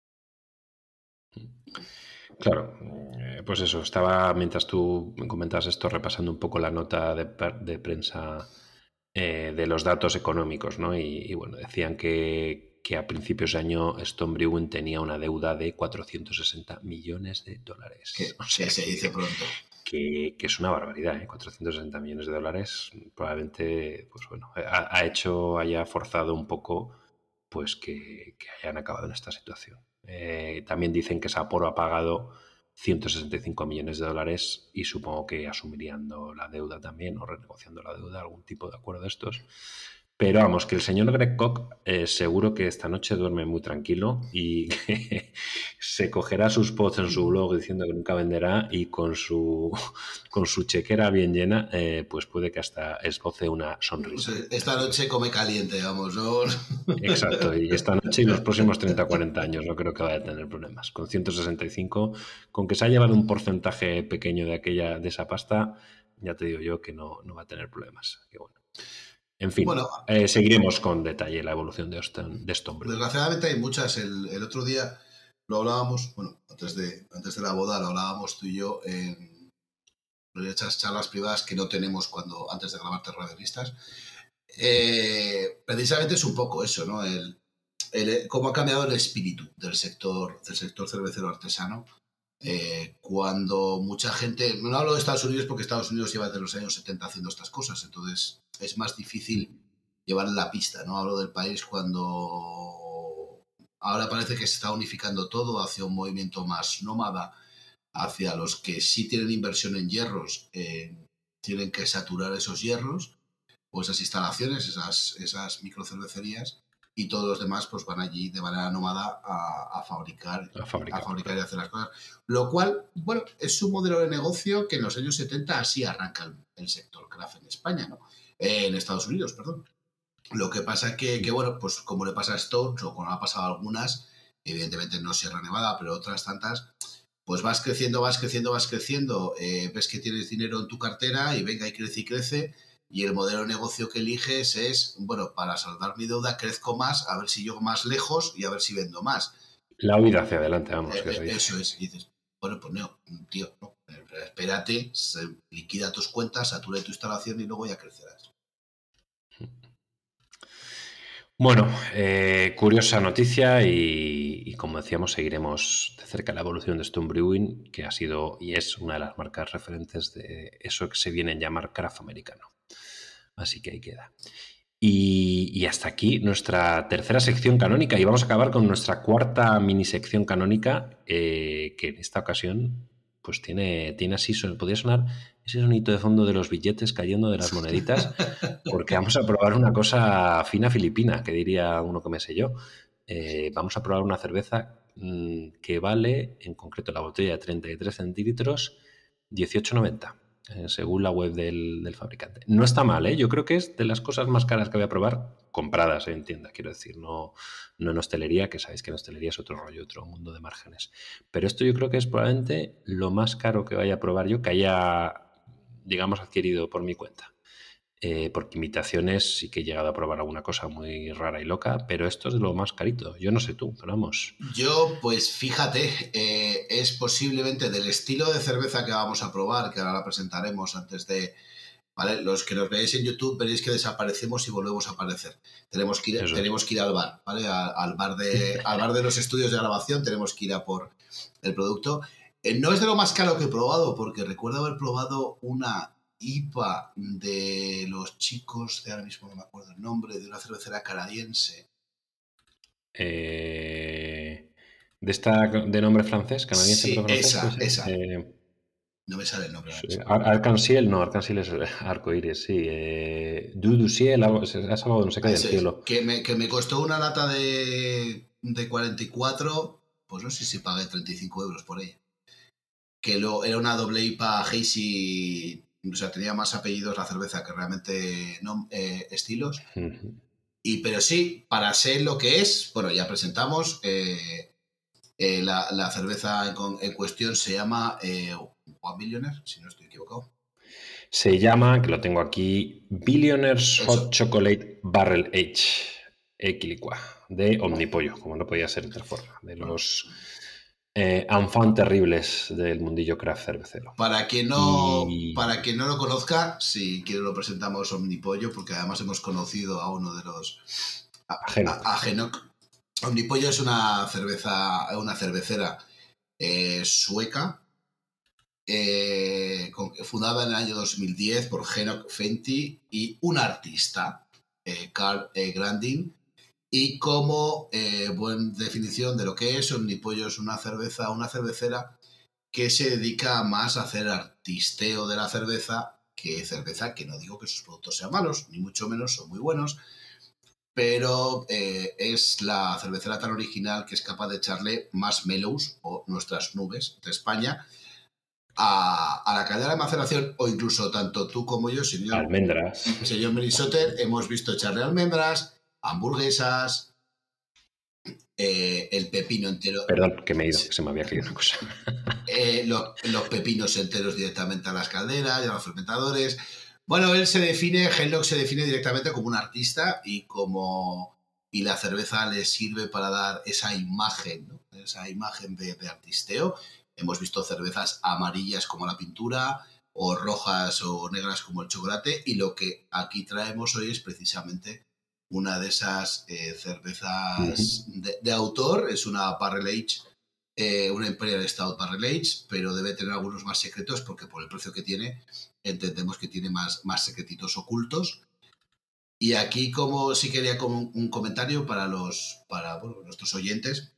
Claro, pues eso, estaba, mientras tú me comentabas esto, repasando un poco la nota de prensa de los datos económicos, ¿no? Y bueno, decían que a principios de año Stone Brewing tenía una deuda de $460 millones. O sea, se dice pronto. Que es una barbaridad, ¿eh? $460 millones, probablemente, pues bueno, haya forzado un poco, pues que hayan acabado en esta situación. También dicen que Sapporo ha pagado $165 millones y supongo que asumirían la deuda también, o renegociando la deuda, algún tipo de acuerdo de estos. Pero vamos, que el señor Greg Koch seguro que esta noche duerme muy tranquilo y que se cogerá sus posts en su blog diciendo que nunca venderá, y con su chequera bien llena, pues puede que hasta esboce una sonrisa. Esta noche come caliente, vamos, ¿no? Exacto, y esta noche y los próximos 30 o 40 años no creo que vaya a tener problemas. Con 165, con que se ha llevado un porcentaje pequeño de esa pasta, ya te digo yo que no va a tener problemas. Que bueno. En fin, bueno, seguiremos con detalle la evolución de Stone Brewing. Desgraciadamente hay muchas. El otro día lo hablábamos, bueno, antes de la boda lo hablábamos tú y yo en esas charlas privadas que no tenemos antes de grabar Terraveristas. Precisamente es un poco eso, ¿no? Cómo ha cambiado el espíritu del sector cervecero artesano. Cuando mucha gente, no hablo de Estados Unidos porque Estados Unidos lleva desde los años 70 haciendo estas cosas, entonces es más difícil llevar la pista, ¿no? Hablo del país cuando ahora parece que se está unificando todo hacia un movimiento más nómada, hacia los que sí tienen inversión en hierros, tienen que saturar esos hierros o esas instalaciones, esas microcervecerías, y todos los demás pues van allí de manera nómada a fabricar y hacer las cosas. Lo cual, bueno, es un modelo de negocio que en los años 70 así arranca el sector craft en España, ¿no? En Estados Unidos, perdón. Lo que pasa es que, bueno, pues como le pasa a Stones o como le ha pasado a algunas, evidentemente no Sierra Nevada, pero otras tantas, pues vas creciendo, ves que tienes dinero en tu cartera y venga, y crece. Y el modelo de negocio que eliges es, bueno, para saldar mi deuda crezco más, a ver si llego más lejos y a ver si vendo más. La huida hacia adelante, vamos. Eso es. Y dices, Bueno, pues no, tío, no. Espérate, liquida tus cuentas, satura tu instalación y luego ya crecerás. Bueno, curiosa noticia y como decíamos, seguiremos de cerca la evolución de Stone Brewing, que ha sido y es una de las marcas referentes de eso que se viene a llamar craft americano. Así que ahí queda. Y hasta aquí nuestra tercera sección canónica y vamos a acabar con nuestra cuarta mini sección canónica que en esta ocasión pues tiene así, podría sonar ese sonito de fondo de los billetes cayendo de las moneditas porque vamos a probar una cosa fina filipina, que diría uno que me sé yo. Vamos a probar una cerveza que vale, en concreto la botella de 33 centilitros, 18,90. Según la web del fabricante. No está mal, ¿eh? Yo creo que es de las cosas más caras que voy a probar, compradas en tienda, quiero decir, no en hostelería, que sabéis que en hostelería es otro rollo, otro mundo de márgenes. Pero esto yo creo que es probablemente lo más caro que vaya a probar yo, que haya, digamos, adquirido por mi cuenta. Porque imitaciones sí que he llegado a probar alguna cosa muy rara y loca, pero esto es de lo más carito. Yo no sé tú, pero vamos. Yo, pues fíjate, es posiblemente del estilo de cerveza que vamos a probar, que ahora la presentaremos antes de... ¿Vale? Los que nos veáis en YouTube veréis que desaparecemos y volvemos a aparecer. Tenemos que ir al bar, ¿vale? Al bar de los estudios de grabación, tenemos que ir a por el producto. No es de lo más caro que he probado, porque recuerdo haber probado una IPA de los chicos, de ahora mismo no me acuerdo el nombre, de una cervecera canadiense. De esta de nombre francés, canadiense, sí, pero francés. Esa. No me sale el nombre. Sí. Arc-en-Ciel, no, Arc-en-Ciel es arcoíris, sí. Du Ciel, es algo no sé qué del cielo. Que me costó una lata de 44, pues no sé si pagué 35 euros por ella. Que era una doble IPA hazy, o sea, tenía más apellidos la cerveza que realmente estilos. Pero sí, para ser lo que es, bueno, ya presentamos, la cerveza en cuestión se llama One Billionaire, si no estoy equivocado. Se llama, que lo tengo aquí, Billionaire's Hot Chocolate Barrel Age Equilicua, de Omnipollo, como no podía ser de otra forma, de los enfants terribles del mundillo craft cervecero. Para quien no lo conozca, si quiero lo presentamos Omnipollo, porque además hemos conocido a uno de los... A Genok. Omnipollo es una cervecera sueca, fundada en el año 2010 por Genok Fenty y un artista, Carl Grandin. Y como buena definición de lo que es, Omnipollo es una cervecera que se dedica más a hacer artisteo de la cerveza, que no digo que sus productos sean malos, ni mucho menos, son muy buenos, pero es la cervecera tan original que es capaz de echarle marshmallows o nuestras nubes de España a la cadena de maceración, o incluso tanto tú como yo, señor Merisotter, hemos visto echarle almendras, hamburguesas, el pepino entero. Perdón, que me he ido, que se me había caído una cosa. Los pepinos enteros directamente a las calderas y a los fermentadores. Bueno, Genok se define directamente como un artista y la cerveza le sirve para dar esa imagen, ¿no? Esa imagen de artisteo. Hemos visto cervezas amarillas como la pintura, o rojas o negras como el chocolate, y lo que aquí traemos hoy es precisamente una de esas cervezas de autor. Es una Barrel Age, una Imperial Stout Barrel Age, pero debe tener algunos más secretos porque por el precio que tiene entendemos que tiene más secretitos ocultos. Y aquí como sí quería como un comentario para nuestros oyentes,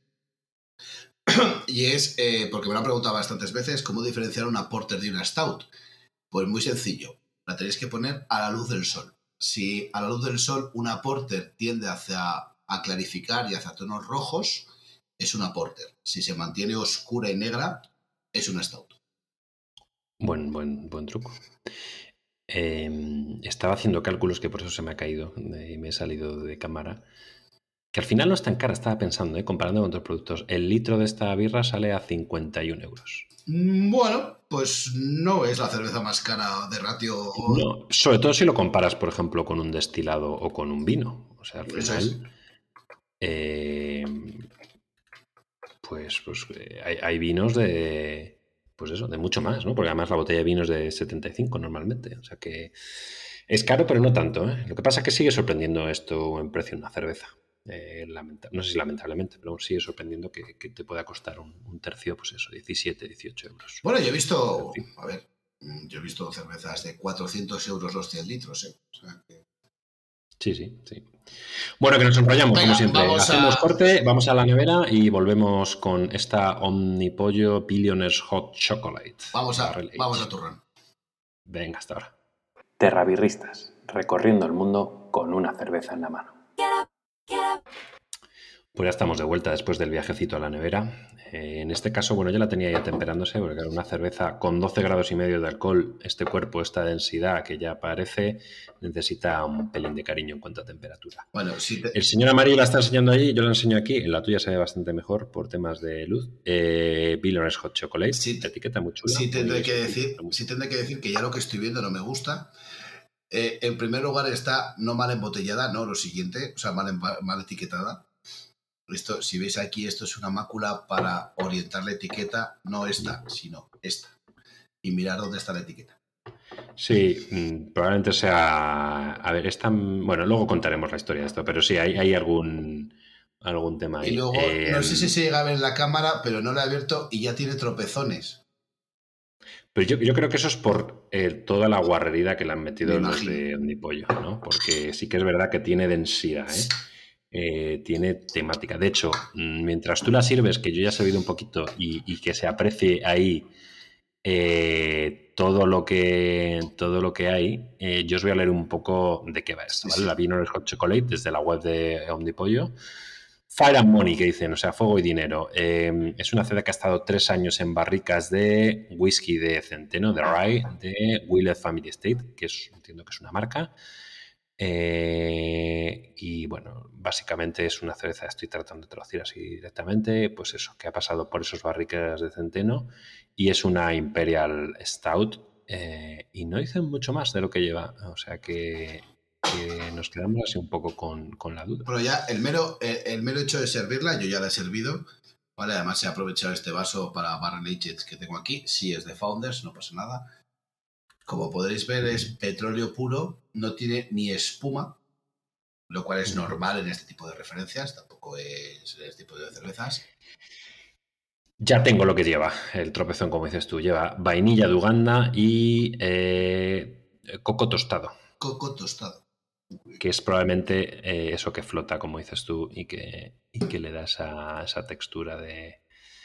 y es porque me lo han preguntado bastantes veces, ¿cómo diferenciar una porter de una stout? Pues muy sencillo, la tenéis que poner a la luz del sol. Si a la luz del sol una porter tiende a clarificar y hacia tonos rojos, es una porter. Si se mantiene oscura y negra, es una stout. Buen truco. Estaba haciendo cálculos, que por eso se me ha caído y me he salido de cámara. Que al final no es tan cara, estaba pensando, comparando con otros productos. El litro de esta birra sale a 51 euros. Bueno, pues no es la cerveza más cara de ratio. No, sobre todo si lo comparas, por ejemplo, con un destilado o con un vino. O sea, al final, hay vinos de, pues eso, de mucho más, ¿no? Porque además la botella de vino es de 75 normalmente. O sea que es caro, pero no tanto, ¿eh? Lo que pasa es que sigue sorprendiendo esto en precio de una cerveza. No sé si lamentablemente, pero aún sigue sorprendiendo que te pueda costar un tercio, pues eso, 17, 18 euros. Bueno, yo he visto, a ver, yo he visto cervezas de 400 euros los 100 litros, ¿eh? O sea que... Sí. Bueno, que nos enrollamos, como siempre. Hacemos corte, vamos a la nevera y volvemos con esta Omnipollo Billionaires Hot Chocolate. Vamos a turrón. Venga, hasta ahora. Terrabirristas, recorriendo el mundo con una cerveza en la mano. Pues ya estamos de vuelta después del viajecito a la nevera. En este caso, bueno, ya la tenía ya temperándose, porque era una cerveza con 12 grados y medio de alcohol. Este cuerpo, esta densidad que ya aparece, necesita un pelín de cariño en cuanto a temperatura. Bueno, El señor Amarillo la está enseñando allí, yo la enseño aquí. En la tuya se ve bastante mejor por temas de luz. Billionaires Hot Chocolate, la etiqueta muy chula. Sí tendré que decir que ya lo que estoy viendo no me gusta. En primer lugar está no mal embotellada, no lo siguiente, o sea, mal etiquetada. Esto, si veis aquí, esto es una mácula para orientar la etiqueta, no esta, sino esta. Y mirar dónde está la etiqueta. Sí, probablemente sea... A ver, bueno, luego contaremos la historia de esto, pero sí, hay algún tema ahí. Y luego, no sé si se llega a ver en la cámara, pero no la he abierto y ya tiene tropezones. Pero yo creo que eso es por toda la guarrería que le han metido los de Omnipollo, ¿no? Porque sí que es verdad que tiene densidad, tiene temática. De hecho, mientras tú la sirves, que yo ya he servido un poquito y que se aprecie ahí todo lo que hay, yo os voy a leer un poco de qué va esto, ¿vale? La Billionaires Hot Chocolate desde la web de Omnipollo. Fire and Money, que dicen, o sea, fuego y dinero. Es una cerveza que ha estado 3 años en barricas de whisky de centeno, de rye, de Willett Family Estate, que entiendo que es una marca. Y bueno, básicamente es una cerveza, estoy tratando de traducir así directamente, pues eso, que ha pasado por esos barricas de centeno y es una Imperial Stout y no dicen mucho más de lo que lleva, o sea que nos quedamos así un poco con la duda. Pero ya el mero hecho de servirla, yo ya la he servido, ¿vale? Además he aprovechado este vaso para Barrel Aged que tengo aquí, sí es de Founders, no pasa nada. Como podréis ver, es petróleo puro, no tiene ni espuma, lo cual es normal en este tipo de referencias, tampoco es en este tipo de cervezas. Ya tengo lo que lleva, el tropezón, como dices tú. Lleva vainilla de Uganda y coco tostado. Coco tostado. Que es probablemente eso que flota, como dices tú, y que le da esa textura de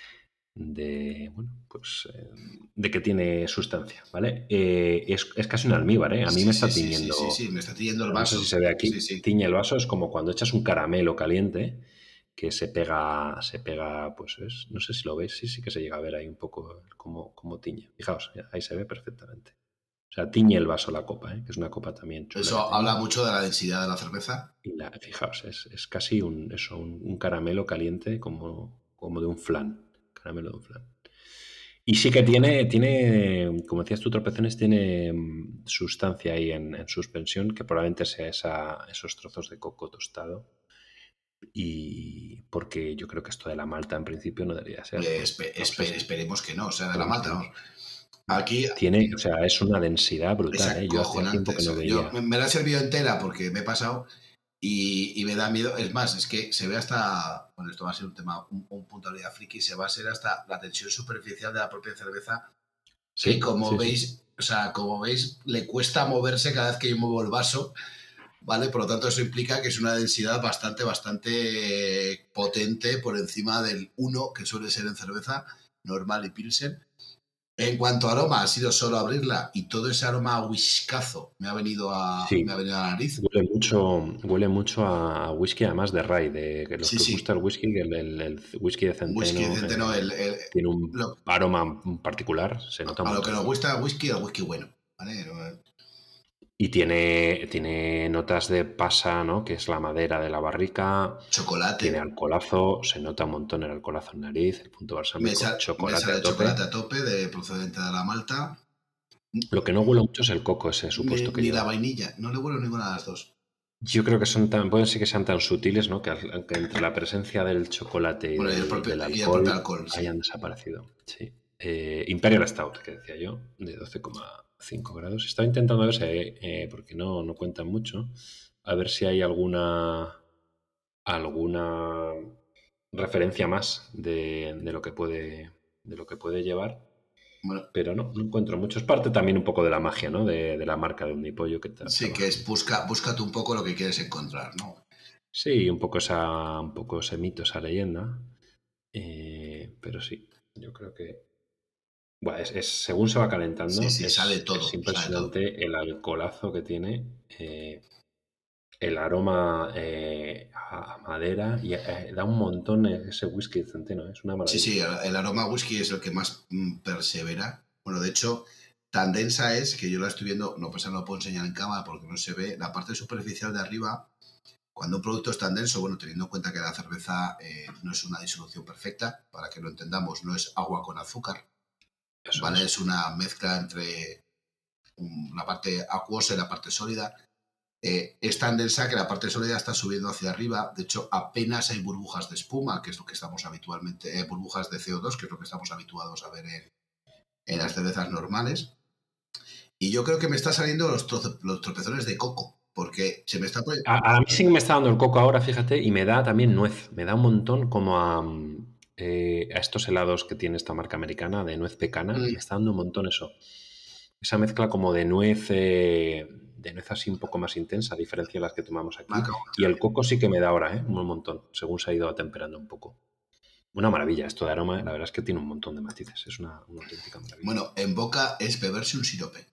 que tiene sustancia, ¿vale? Es casi un almíbar, ¿eh? A mí me está tiñendo. Sí, me está tiñendo el vaso. No sé si se ve aquí. Sí. Tiñe el vaso, es como cuando echas un caramelo caliente que se pega, pues no sé si lo veis, sí que se llega a ver ahí un poco como tiñe. Fijaos, ahí se ve perfectamente. O sea, tiñe el vaso la copa, que es una copa también chula. Eso habla mucho de la densidad de la cerveza. Y fijaos, es casi un caramelo caliente como de un flan. Caramelo de un flan. Y sí que tiene, como decías tú, tropezones, tiene sustancia ahí en suspensión, que probablemente sea esos trozos de coco tostado. Y porque yo creo que esto de la malta en principio no debería ser. Esperemos que no, o sea, de la malta, vamos. Aquí tiene, o sea, es una densidad brutal. Yo hace tiempo que no veía. Me la he servido entera porque me he pasado y me da miedo. Es más, es que se ve hasta, bueno, esto va a ser un tema, un puntualidad friki, se va a ser hasta la tensión superficial de la propia cerveza. Sí, que como veis, o sea, como veis, le cuesta moverse cada vez que yo muevo el vaso, ¿vale? Por lo tanto, eso implica que es una densidad bastante potente por encima del 1 que suele ser en cerveza normal y pilsen. En cuanto a aroma, ha sido solo abrirla y todo ese aroma a whiskazo me ha venido a la nariz. Huele mucho a whisky, además de rye, de que los que gusta el whisky, el whisky de centeno. Whisky de centeno tiene un aroma particular, se nota mucho. A lo que nos gusta el whisky bueno, ¿vale? Y tiene notas de pasa, ¿no? Que es la madera de la barrica. Chocolate. Tiene alcoholazo, se nota un montón el alcoholazo en nariz, el punto balsámico, chocolate a tope. Chocolate a tope procedente de la malta. Lo que no huele mucho es el coco ese supuesto que ni lleva. la vainilla, no le huele ninguna de las dos. Yo creo que pueden ser que sean tan sutiles, ¿no? Que entre la presencia del chocolate y Bueno, del y el propio alcohol alcohol, sí. hayan desaparecido. Sí. Imperial Stout, que decía yo, de 12,5 grados. Estaba intentando ver si hay, porque no cuentan mucho, a ver si hay alguna referencia más de lo que puede llevar. Bueno, Pero no encuentro mucho. Es parte también un poco de la magia, ¿no? De la marca de Omnipollo que sí, que trabajan. es búscate un poco lo que quieres encontrar, ¿no? Sí, un poco ese mito, esa leyenda. Pero sí, yo creo que. Bueno, según se va Sí, calentando, sí, es sale todo. impresionante el alcoholazo que tiene. El aroma a madera y da un montón ese whisky centeno, es una Sí, maravilla. sí, el aroma whisky es el que más persevera. Bueno, de hecho, tan densa es que yo la estoy viendo, no, pues no lo puedo enseñar en cámara porque no se ve. La parte superficial de arriba, cuando un producto es tan denso, bueno, teniendo en cuenta que la cerveza no es una disolución perfecta, para que lo entendamos, no es agua con azúcar, Eso ¿vale? es. Es una mezcla entre la parte acuosa y la parte sólida. Es tan densa que la parte sólida está subiendo hacia arriba. De hecho, apenas hay burbujas de espuma, que es lo que estamos habitualmente, burbujas de CO2, que es lo que estamos habituados a ver en las cervezas normales. Y yo creo que me están saliendo los tropezones de coco, porque se me está poniendo... A mí sí que me está dando el coco ahora, fíjate, y me da también nuez. Me da un montón como a estos helados que tiene esta marca americana de nuez pecana. Me está dando un montón eso. Esa mezcla como de nuez así un poco más intensa, a diferencia de las que tomamos Me aquí. acabo Y el coco sí que me da ahora, ¿eh? Un montón, según se ha ido atemperando un poco. Una maravilla esto de aroma, la verdad es que tiene un montón de matices, es una auténtica maravilla. Bueno, en boca es beberse un sirope.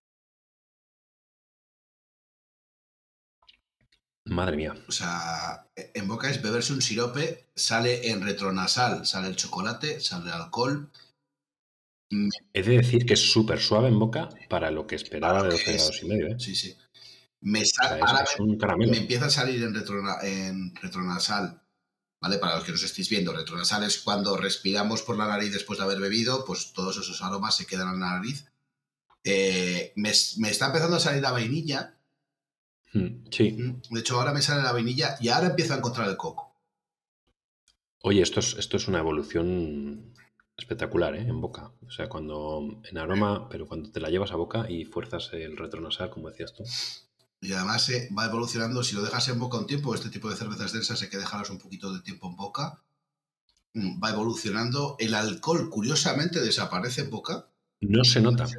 Madre mía. O sea, en boca es beberse un sirope, sale en retronasal, sale el chocolate, sale el alcohol. He de decir que es súper suave en boca para lo que Para esperaba lo de que 12 es. grados y medio, ¿eh? Sí, sí. O sea, Ahora es un caramelo. me empieza a salir en retronasal, ¿vale? Para los que nos estéis viendo, retronasal es cuando respiramos por la nariz después de haber bebido, pues todos esos aromas se quedan en la nariz. Me está empezando a salir la vainilla. Sí. De hecho, ahora me sale la vainilla y ahora empiezo a encontrar el coco. Oye, esto es una evolución espectacular, ¿eh? En boca. O sea, en aroma, pero cuando te la llevas a boca y fuerzas el retronasal, como decías tú. Y además va evolucionando, si lo dejas en boca un tiempo, este tipo de cervezas densas hay que dejarlas un poquito de tiempo en boca. Va evolucionando. El alcohol, curiosamente, desaparece en boca. No se nota.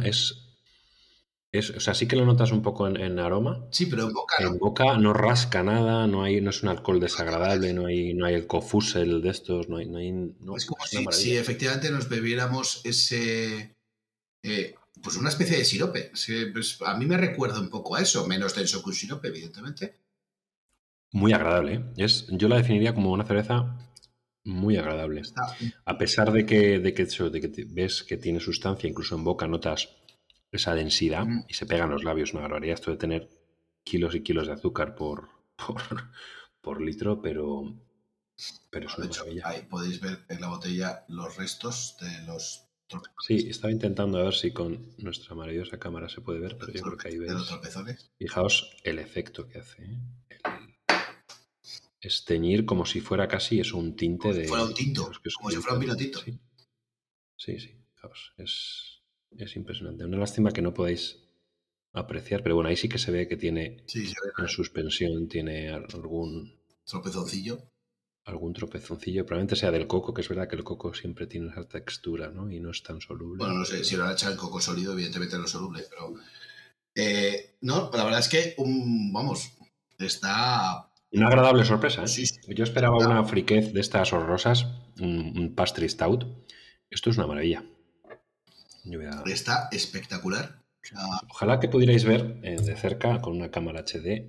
O sea, sí que lo notas un poco en aroma. Sí, pero en boca no. En boca no rasca nada, no es un alcohol desagradable, no hay el cofusel de estos, no, Es como es una si maravilla. efectivamente nos bebiéramos ese... pues una especie de sirope. Pues a mí me recuerda un poco a eso, menos denso que un sirope, evidentemente. Muy agradable, ¿eh? Yo la definiría como una cerveza muy agradable. Está... A pesar de que ves que tiene sustancia, incluso en boca notas esa densidad y se pegan los labios, una barbaridad esto de tener kilos y kilos de azúcar por litro, pero es De una hecho, maravilla. ahí podéis ver en la botella los restos de los Sí, estaba intentando a ver si con nuestra maravillosa cámara se puede ver, pero yo creo que ahí de los veis. tropezones. Fijaos el efecto que hace, ¿eh? Es teñir como si fuera casi eso, un tinte Como si fuera un de tinto, los que os como si fuera un vino comentan. tinto. Sí, sí, fijaos, es impresionante. Una lástima que no podáis apreciar, pero bueno, ahí sí que se ve que tiene Sí, se ve en suspensión, tiene tropezoncillo. algún tropezoncillo, probablemente sea del coco, que es verdad que el coco siempre tiene esa textura, ¿no? Y no es tan soluble. Bueno, no sé, si lo han echado en coco sólido, evidentemente no es soluble, pero... no, la verdad es que, vamos, está... Una agradable sorpresa, ¿eh? Sí, sí, Yo esperaba una friquez de estas horrorosas, un pastry stout. Esto es una maravilla. Está espectacular. O sea, Ojalá que pudierais ver de cerca con una cámara HD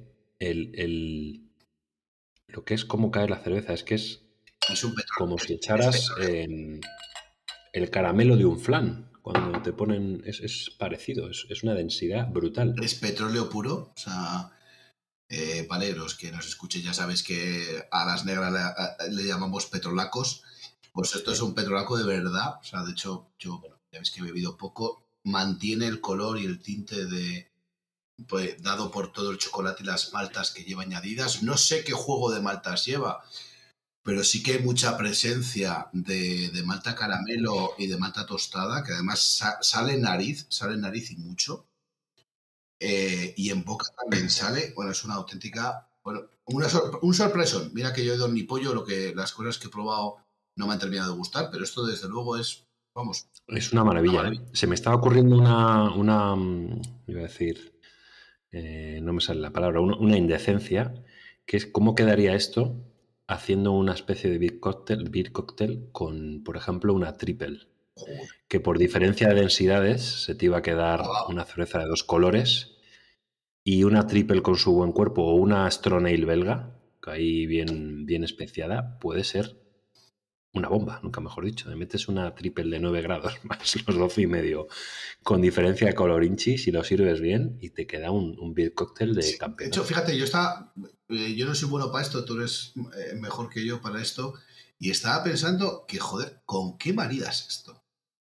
lo que es cómo cae la cerveza. Es que es es un como petróleo. si echaras el caramelo de un flan. Cuando te ponen... Es parecido, es una densidad brutal. Es petróleo puro. O sea, vale, los que nos escuchen ya sabéis que a las negras le llamamos petrolacos. Pues esto es un petrolaco de verdad. O sea, de hecho, yo, bueno, ya veis que he bebido poco. Mantiene el color y el tinte pues, dado por todo el chocolate y las maltas que lleva añadidas. No sé qué juego de maltas lleva, pero sí que hay mucha presencia de malta caramelo y de malta tostada, que además sale nariz y mucho. Y en boca también sale. Bueno, es una auténtica... Bueno, un sorpresón. Mira que yo he ido ni pollo, las cosas que he probado no me han terminado de gustar, pero esto desde luego es, vamos... Es una maravilla, ¿eh? Se me estaba ocurriendo iba a decir, no me sale la palabra, una indecencia, que es cómo quedaría esto haciendo una especie de beer cóctel con, por ejemplo, una triple. Joder. Que por diferencia de densidades se te iba a quedar una cerveza de 2 colores y una triple con su buen cuerpo o una Strong Ale belga, que ahí bien especiada, puede ser una bomba, nunca mejor dicho. Le metes una triple de 9 grados más los 12,5 con diferencia de colorinchi si lo sirves bien y te queda un beer cóctel de campeonato. De hecho, fíjate, yo no soy bueno para esto, tú eres mejor que yo para esto, y estaba pensando que, joder, ¿con qué maridas esto?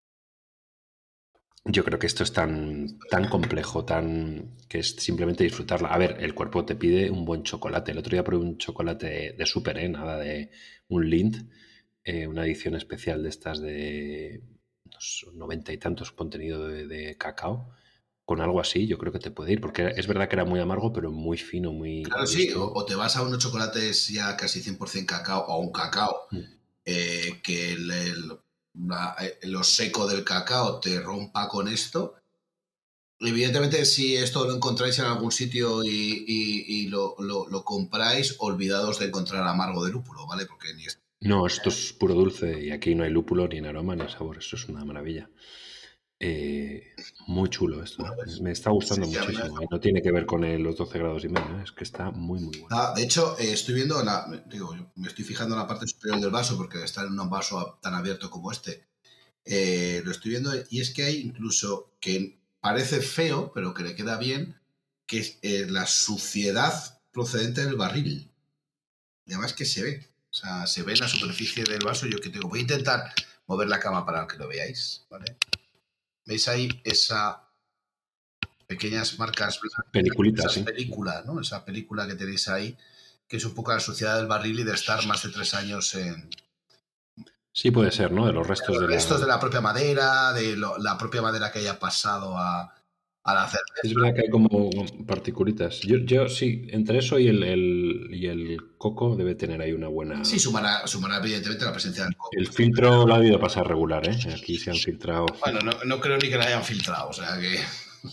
Yo creo que esto es tan complejo, que es simplemente disfrutarla. A ver, el cuerpo te pide un buen chocolate. El otro día probé un chocolate de súper, nada de un Lindt, una edición especial de estas de 90 y tantos contenido de cacao. Con algo así yo creo que te puede ir, porque es verdad que era muy amargo, pero muy fino, muy... Claro, sí, o te vas a unos chocolates ya casi 100% cacao, o a un cacao, que lo seco del cacao te rompa con esto. Evidentemente, si esto lo encontráis en algún sitio y lo compráis, olvidados de encontrar amargo de lúpulo, ¿vale? Porque ni No, esto es puro dulce y aquí no hay lúpulo, ni en aroma, ni en sabor. Esto es una maravilla. Muy chulo esto. Bueno, pues, me está gustando sí, muchísimo. No tiene que ver con los 12 grados y medio. Es que está muy bueno. De hecho, estoy viendo, me estoy fijando en la parte superior del vaso porque está en un vaso tan abierto como este. Lo estoy viendo y es que hay incluso que parece feo, pero que le queda bien, que es la suciedad procedente del barril. Y además que se ve. O sea, se ve en la superficie del vaso. Yo que tengo. Voy a intentar mover la cama para que lo veáis, ¿vale? ¿Veis ahí esa pequeñas marcas blancas? Peliculitas, esa película, ¿no? Esa película que tenéis ahí, que es un poco la suciedad del barril y de estar más de 3 años en... Sí, puede ser, ¿no? De los restos de la propia madera, la propia madera que haya pasado a la cerveza. Es verdad que hay como particulitas. Yo sí, entre eso y el coco debe tener ahí una buena... Sí, sumará evidentemente la presencia del coco. El filtro lo ha debido pasar regular, ¿eh? Aquí se han filtrado... Bueno, no creo ni que lo hayan filtrado, o sea que...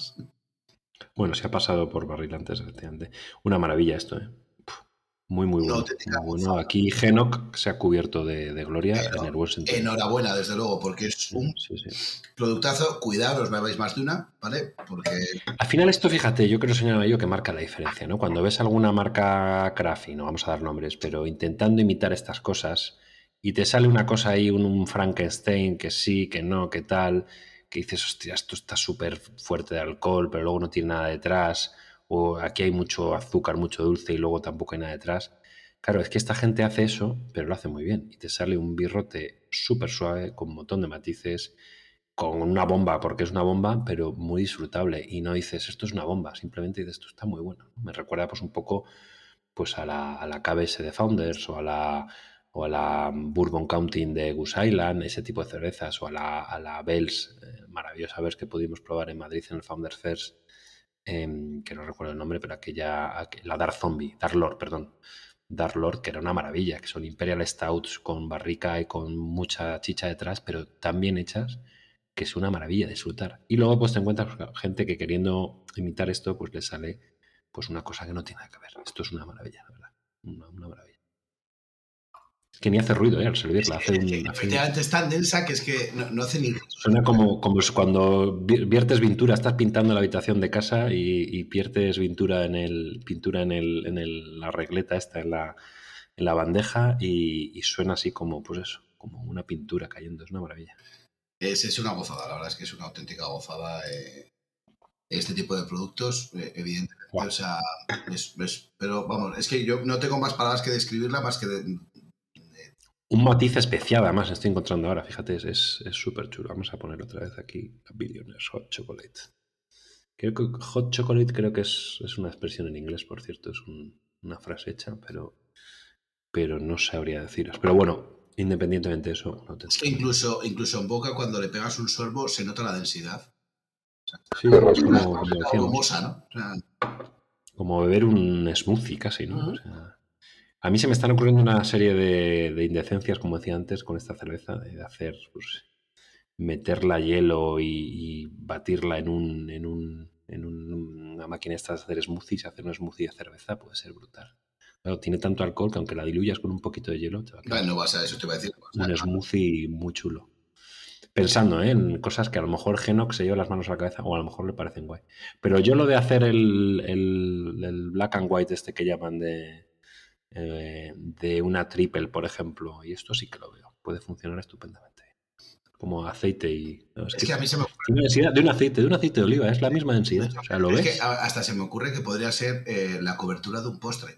Bueno, se ha pasado por barril antes, efectivamente. Una maravilla esto, ¿eh? Muy bueno. Bueno, aquí Genoc se ha cubierto de gloria en el buen sentido. Enhorabuena, desde luego, porque es un productazo. Cuidado, os bebáis más de una, ¿vale? Porque... Al final esto, fíjate, yo creo, señor Amayo, que marca la diferencia, ¿no? Cuando ves alguna marca crafty, no vamos a dar nombres, pero intentando imitar estas cosas y te sale una cosa ahí, un Frankenstein, que sí, que no, que tal, que dices, hostia, esto está súper fuerte de alcohol, pero luego no tiene nada detrás, o aquí hay mucho azúcar, mucho dulce y luego tampoco hay nada detrás. Claro, es que esta gente hace eso, pero lo hace muy bien. Y te sale un birrote súper suave, con un montón de matices, con una bomba, porque es una bomba, pero muy disfrutable. Y no dices, esto es una bomba, simplemente dices, esto está muy bueno. Me recuerda pues un poco pues, a la KBS de Founders o a la Bourbon Counting de Goose Island, ese tipo de cervezas, o a la Bells, maravillosa Bells que pudimos probar en Madrid en el Founders Fest, que no recuerdo el nombre, pero la Dark Lord, que era una maravilla, que son Imperial Stouts con barrica y con mucha chicha detrás, pero tan bien hechas que es una maravilla disfrutar. Y luego pues te encuentras gente que queriendo imitar esto, pues le sale pues una cosa que no tiene nada que ver. Esto es una maravilla, la verdad. Una maravilla. Es que ni hace ruido, al servirla. Efectivamente es tan densa que es que no hace ni... Suena como cuando viertes pintura, estás pintando la habitación de casa y viertes pintura en la regleta esta, en la bandeja y suena así como, pues eso, como una pintura cayendo. Es una maravilla. Es una gozada, la verdad es que es una auténtica gozada este tipo de productos, evidentemente. Wow. O sea, pero vamos, es que yo no tengo más palabras que describirla más que un matiz especial, además, estoy encontrando ahora, fíjate, es súper chulo. Vamos a poner otra vez aquí la Billionaires Hot Chocolate, Creo que hot chocolate creo que es una expresión en inglés, por cierto, es una frase hecha, pero no sabría deciros. Pero bueno, independientemente de eso, no te... Es que incluso en boca, cuando le pegas un sorbo, se nota la densidad. Sí, es como Algo decíamos, gomosa, ¿no? O sea, como beber un smoothie casi, ¿no? Ujú. O sea, a mí se me están ocurriendo una serie de indecencias, como decía antes, con esta cerveza, de hacer, pues, meterla a hielo y batirla en una máquina esta de hacer smoothies, hacer un smoothie de cerveza, puede ser brutal. Claro, tiene tanto alcohol que aunque la diluyas con un poquito de hielo, te va a quedar no vas a eso, te iba a decir. un smoothie muy chulo. Pensando en cosas que a lo mejor Genox se lleva las manos a la cabeza o a lo mejor le parecen guay. Pero yo lo de hacer el black and white este que llaman de una triple, por ejemplo, y esto sí que lo veo. Puede funcionar estupendamente. Como aceite y... No, Es que a mí se me ocurre. tiene densidad de un aceite de oliva, es la misma densidad. O sea, lo Es ves. que hasta se me ocurre que podría ser la cobertura de un postre.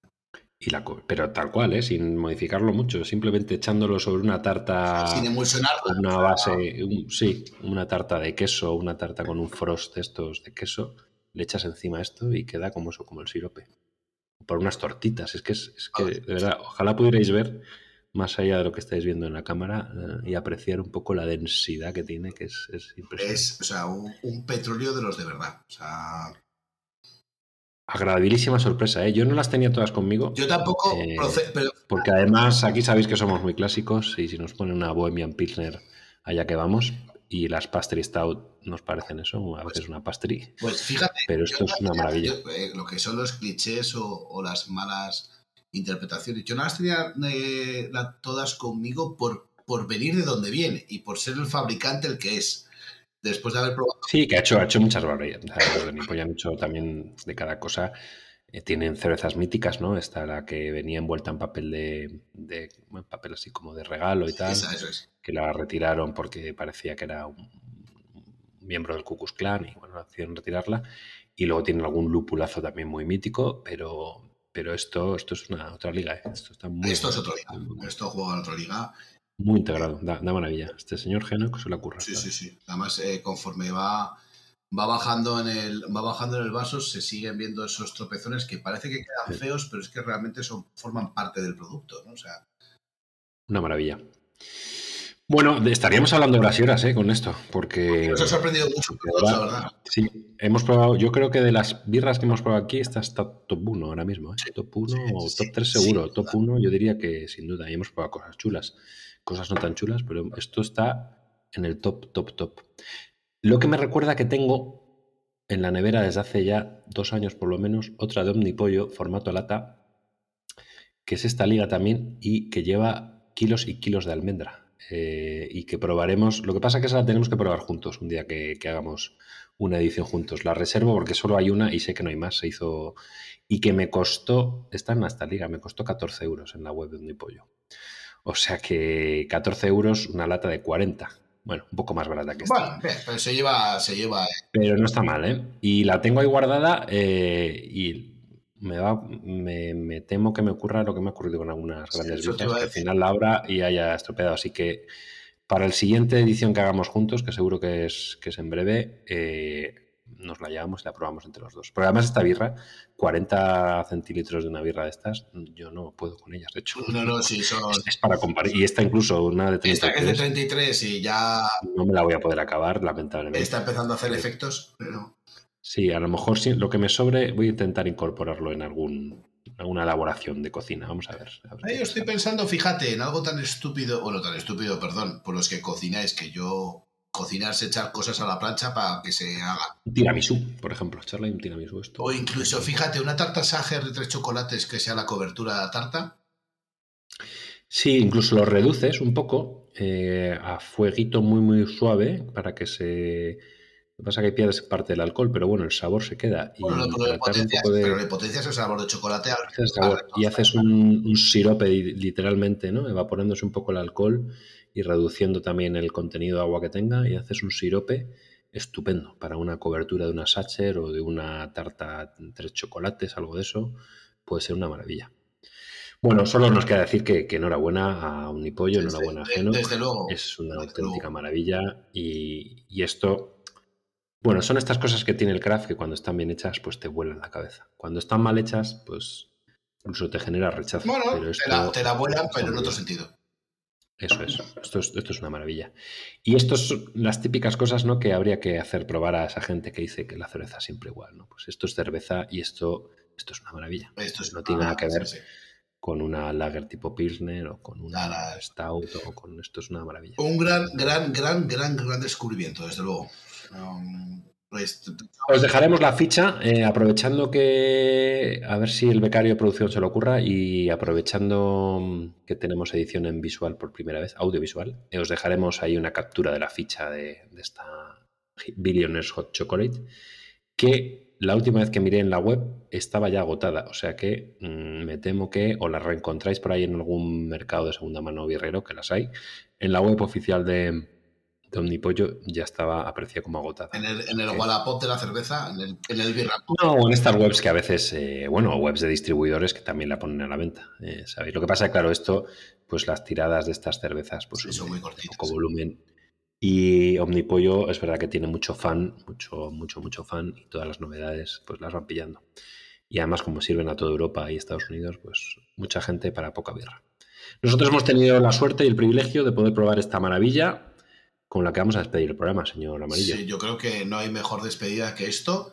Pero tal cual, sin modificarlo mucho, simplemente echándolo sobre una tarta Sin emulsionarla. con una base, sí, una tarta de queso, una tarta con un frost de estos de queso, le echas encima esto y queda como eso, como el sirope. Por unas tortitas, es que de verdad, ojalá pudierais ver más allá de lo que estáis viendo en la cámara y apreciar un poco la densidad que tiene, que es impresionante. Es, o sea, un petróleo de los de verdad. O sea, agradabilísima sorpresa, ¿eh? Yo no las tenía todas conmigo. Yo tampoco, pero... Porque además aquí sabéis que somos muy clásicos y si nos ponen una Bohemian Pilsner, allá que vamos. Y las Pastry Stout nos parecen eso, a veces una pastry. Pues fíjate, pero esto es una maravilla. Lo que son los clichés o las malas interpretaciones. Yo no las tenía todas conmigo por venir de donde viene y por ser el fabricante el que es. Después de haber probado. Sí, que ha hecho muchas barbaridades. Nipo ya han hecho también de cada cosa. Tienen cervezas míticas, ¿no? Esta la que venía envuelta en papel papel así como de regalo y tal. Eso es. Que la retiraron porque parecía que era un miembro del Ku Klux Klan y bueno, hicieron retirarla. Y luego tienen algún lupulazo también muy mítico, pero esto es una otra liga, ¿eh? Esto es otra liga. Esto juega en otra liga. Muy integrado, da maravilla. Este señor Genox se lo ocurre. Sí. Además, conforme va bajando en el vaso, se siguen viendo esos tropezones que parece que quedan feos, pero es que realmente forman parte del producto, ¿no? O sea, una maravilla. Bueno, estaríamos hablando horas y horas con esto, porque... Nos ha sorprendido mucho, la verdad. Sí, hemos probado, yo creo que de las birras que hemos probado aquí, esta está top 1 ahora mismo, ¿eh? Sí, top 1 o top 3 seguro. Top 1 yo diría que sin duda, y hemos probado cosas chulas, cosas no tan chulas, pero esto está en el top. Lo que me recuerda que tengo en la nevera desde hace ya 2 años por lo menos, otra de Omnipollo, formato lata, que es esta liga también y que lleva kilos y kilos de almendra. Y que probaremos. Lo que pasa es que esa la tenemos que probar juntos un día que hagamos una edición juntos. La reservo porque solo hay una y sé que no hay más. Se hizo y que me costó, está en esta liga, me costó 14 euros en la web de Omnipollo. O sea que 14 euros una lata de 40. Bueno, un poco más barata que esta. Bueno, pero se lleva. Pero no está mal, ¿eh? Y la tengo ahí guardada y me temo que me ocurra lo que me ha ocurrido con algunas grandes birras, que al final la abra y haya estropeado. Así que para la siguiente edición que hagamos juntos, que seguro que es en breve, nos la llevamos y la probamos entre los dos. Pero además esta birra, 40 centilitros de una birra de estas, yo no puedo con ellas, de hecho. No, sí, es para comparar. Y esta incluso, una de 33. Esta es de 33 y ya... No me la voy a poder acabar, lamentablemente. Está empezando a hacer efectos, pero... Sí, a lo mejor sí, lo que me sobre voy a intentar incorporarlo en alguna elaboración de cocina. Vamos a ver. Yo estoy pensando, fíjate, en algo tan estúpido, perdón, por los que cocináis, que yo cocinar es echar cosas a la plancha para que se haga. Un tiramisú, por ejemplo, echarle un tiramisú esto. O incluso, fíjate, una tarta Sacher de 3 chocolates que sea la cobertura de la tarta. Sí, incluso lo reduces un poco a fueguito muy, muy suave para que se... Lo que pasa es que pierdes parte del alcohol, pero bueno, el sabor se queda. Bueno, pero le potencias el sabor de chocolate. Y haces un sirope, literalmente, ¿no? Evaporándose un poco el alcohol y reduciendo también el contenido de agua que tenga, y haces un sirope estupendo para una cobertura de una Sacher o de una tarta 3 chocolates, algo de eso. Puede ser una maravilla. Bueno, solo nos queda decir que enhorabuena a Omnipollo, enhorabuena a Genox. Desde luego. Es una auténtica maravilla y esto... Bueno, son estas cosas que tiene el craft que cuando están bien hechas, pues te vuelan la cabeza. Cuando están mal hechas, pues incluso te genera rechazo. Bueno, pero esto te la vuelan, pero en muy otro bien. sentido. Eso es. Esto es una maravilla. Y estas son las típicas cosas, ¿no?, que habría que hacer probar a esa gente que dice que la cerveza es siempre igual, ¿no? Pues esto es cerveza y esto es una maravilla. Esto es No tiene nada que ver sí. con una lager tipo Pilsner o con una Stout o con... Esto es una maravilla. Un gran descubrimiento, desde luego. Os dejaremos la ficha, aprovechando que... A ver si el becario de producción se lo ocurra y aprovechando que tenemos edición en visual por primera vez, audiovisual, os dejaremos ahí una captura de la ficha de esta Billionaires Hot Chocolate, que la última vez que miré en la web estaba ya agotada, o sea que me temo que o la reencontráis por ahí en algún mercado de segunda mano birrero, que las hay. En la web oficial de Omnipollo ya estaba apreciada como agotada. En el Wallapop de la cerveza, en el Birrapop. No, en estas webs que a veces, webs de distribuidores que también la ponen a la venta, ¿sabéis? Lo que pasa es claro, esto, pues las tiradas de estas cervezas pues, son muy cortitas. Poco volumen. Y Omnipollo es verdad que tiene mucho fan, mucho fan, y todas las novedades pues las van pillando. Y además, como sirven a toda Europa y Estados Unidos, pues mucha gente para poca birra. Nosotros hemos tenido la suerte y el privilegio de poder probar esta maravilla con la que vamos a despedir el programa, señor Amarillo. Sí, yo creo que no hay mejor despedida que esto.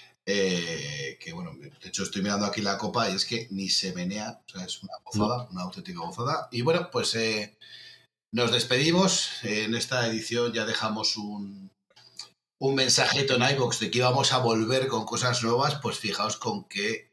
Que bueno, de hecho estoy mirando aquí la copa y es que ni se menea, o sea, es una gozada, una auténtica gozada. Y bueno, pues nos despedimos. En esta edición ya dejamos un mensajito en iVoox de que íbamos a volver con cosas nuevas. Pues fijaos con qué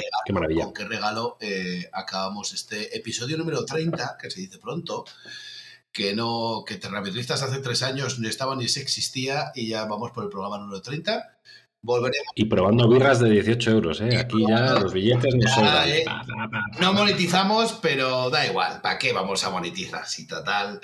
regalo acabamos este episodio número 30, que se dice pronto. Que Terrabirristas hace 3 años no estaba ni se existía y ya vamos por el programa número 30. Volveremos. Y probando birras de 18 euros, ¿eh? Aquí ya los billetes no sobran. No monetizamos, pero da igual. ¿Para qué vamos a monetizar? Si total,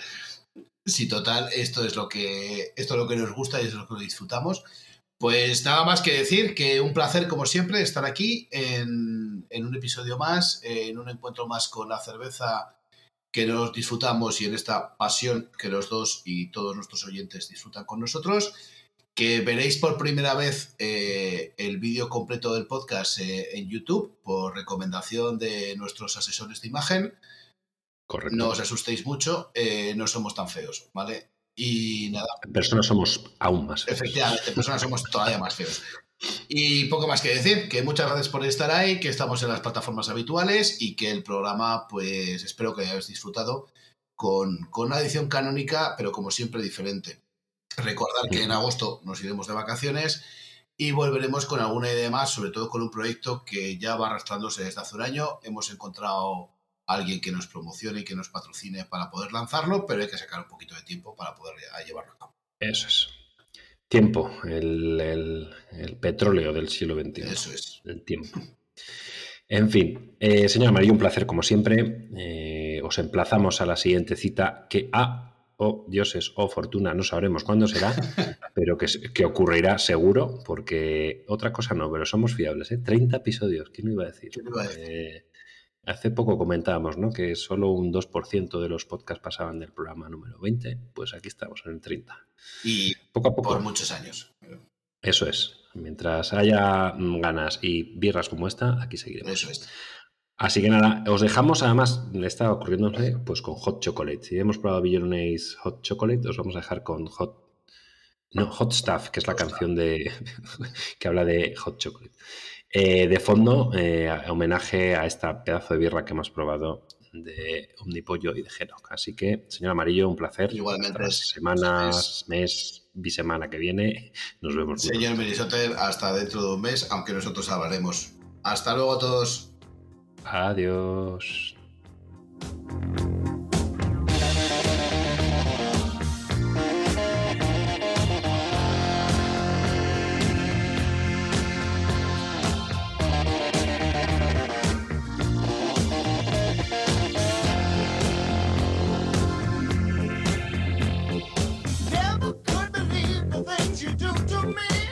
esto es lo que nos gusta y es lo que disfrutamos. Pues nada más que decir que un placer, como siempre, estar aquí en un episodio más, en un encuentro más con la cerveza que nos disfrutamos y en esta pasión que los dos y todos nuestros oyentes disfrutan con nosotros, que veréis por primera vez el vídeo completo del podcast en YouTube por recomendación de nuestros asesores de imagen. Correcto. No os asustéis mucho, no somos tan feos, ¿vale? Y nada. En personas somos aún más feos. Efectivamente, en personas somos todavía más feos. Y poco más que decir, que muchas gracias por estar ahí, que estamos en las plataformas habituales y que el programa, pues espero que hayáis disfrutado con una edición canónica, pero como siempre diferente. Recordar que en agosto nos iremos de vacaciones y volveremos con alguna idea más, sobre todo con un proyecto que ya va arrastrándose desde hace un año. Hemos encontrado a alguien que nos promocione y que nos patrocine para poder lanzarlo, pero hay que sacar un poquito de tiempo para poder llevarlo a cabo. Eso es. Tiempo, el petróleo del siglo XXI. Eso es. El tiempo. En fin, señor Amarillo, un placer como siempre. Os emplazamos a la siguiente cita que dioses, fortuna, no sabremos cuándo será, pero que ocurrirá seguro, porque otra cosa no, pero somos fiables, 30 episodios, ¿quién lo iba a decir? Hace poco comentábamos, ¿no?, que solo un 2% de los podcasts pasaban del programa número 20, pues aquí estamos en el 30. Y poco a poco. Por muchos años. Eso es. Mientras haya ganas y birras como esta, aquí seguiremos. Eso es. Así que nada, os dejamos, además, le está ocurriéndose, pues con Hot Chocolate. Si hemos probado Billionaires Hot Chocolate, os vamos a dejar con Hot Stuff, que es la canción que habla de Hot Chocolate. De fondo, homenaje a esta pedazo de birra que hemos probado de Omnipollo y de Genoc. Así que, señor Amarillo, un placer. Igualmente. Hasta las semanas, mes, bisemana que viene. Nos vemos. Señor Merisote, hasta dentro de un mes, aunque nosotros hablaremos. Hasta luego a todos. Adiós. Never could believe the things you do to me.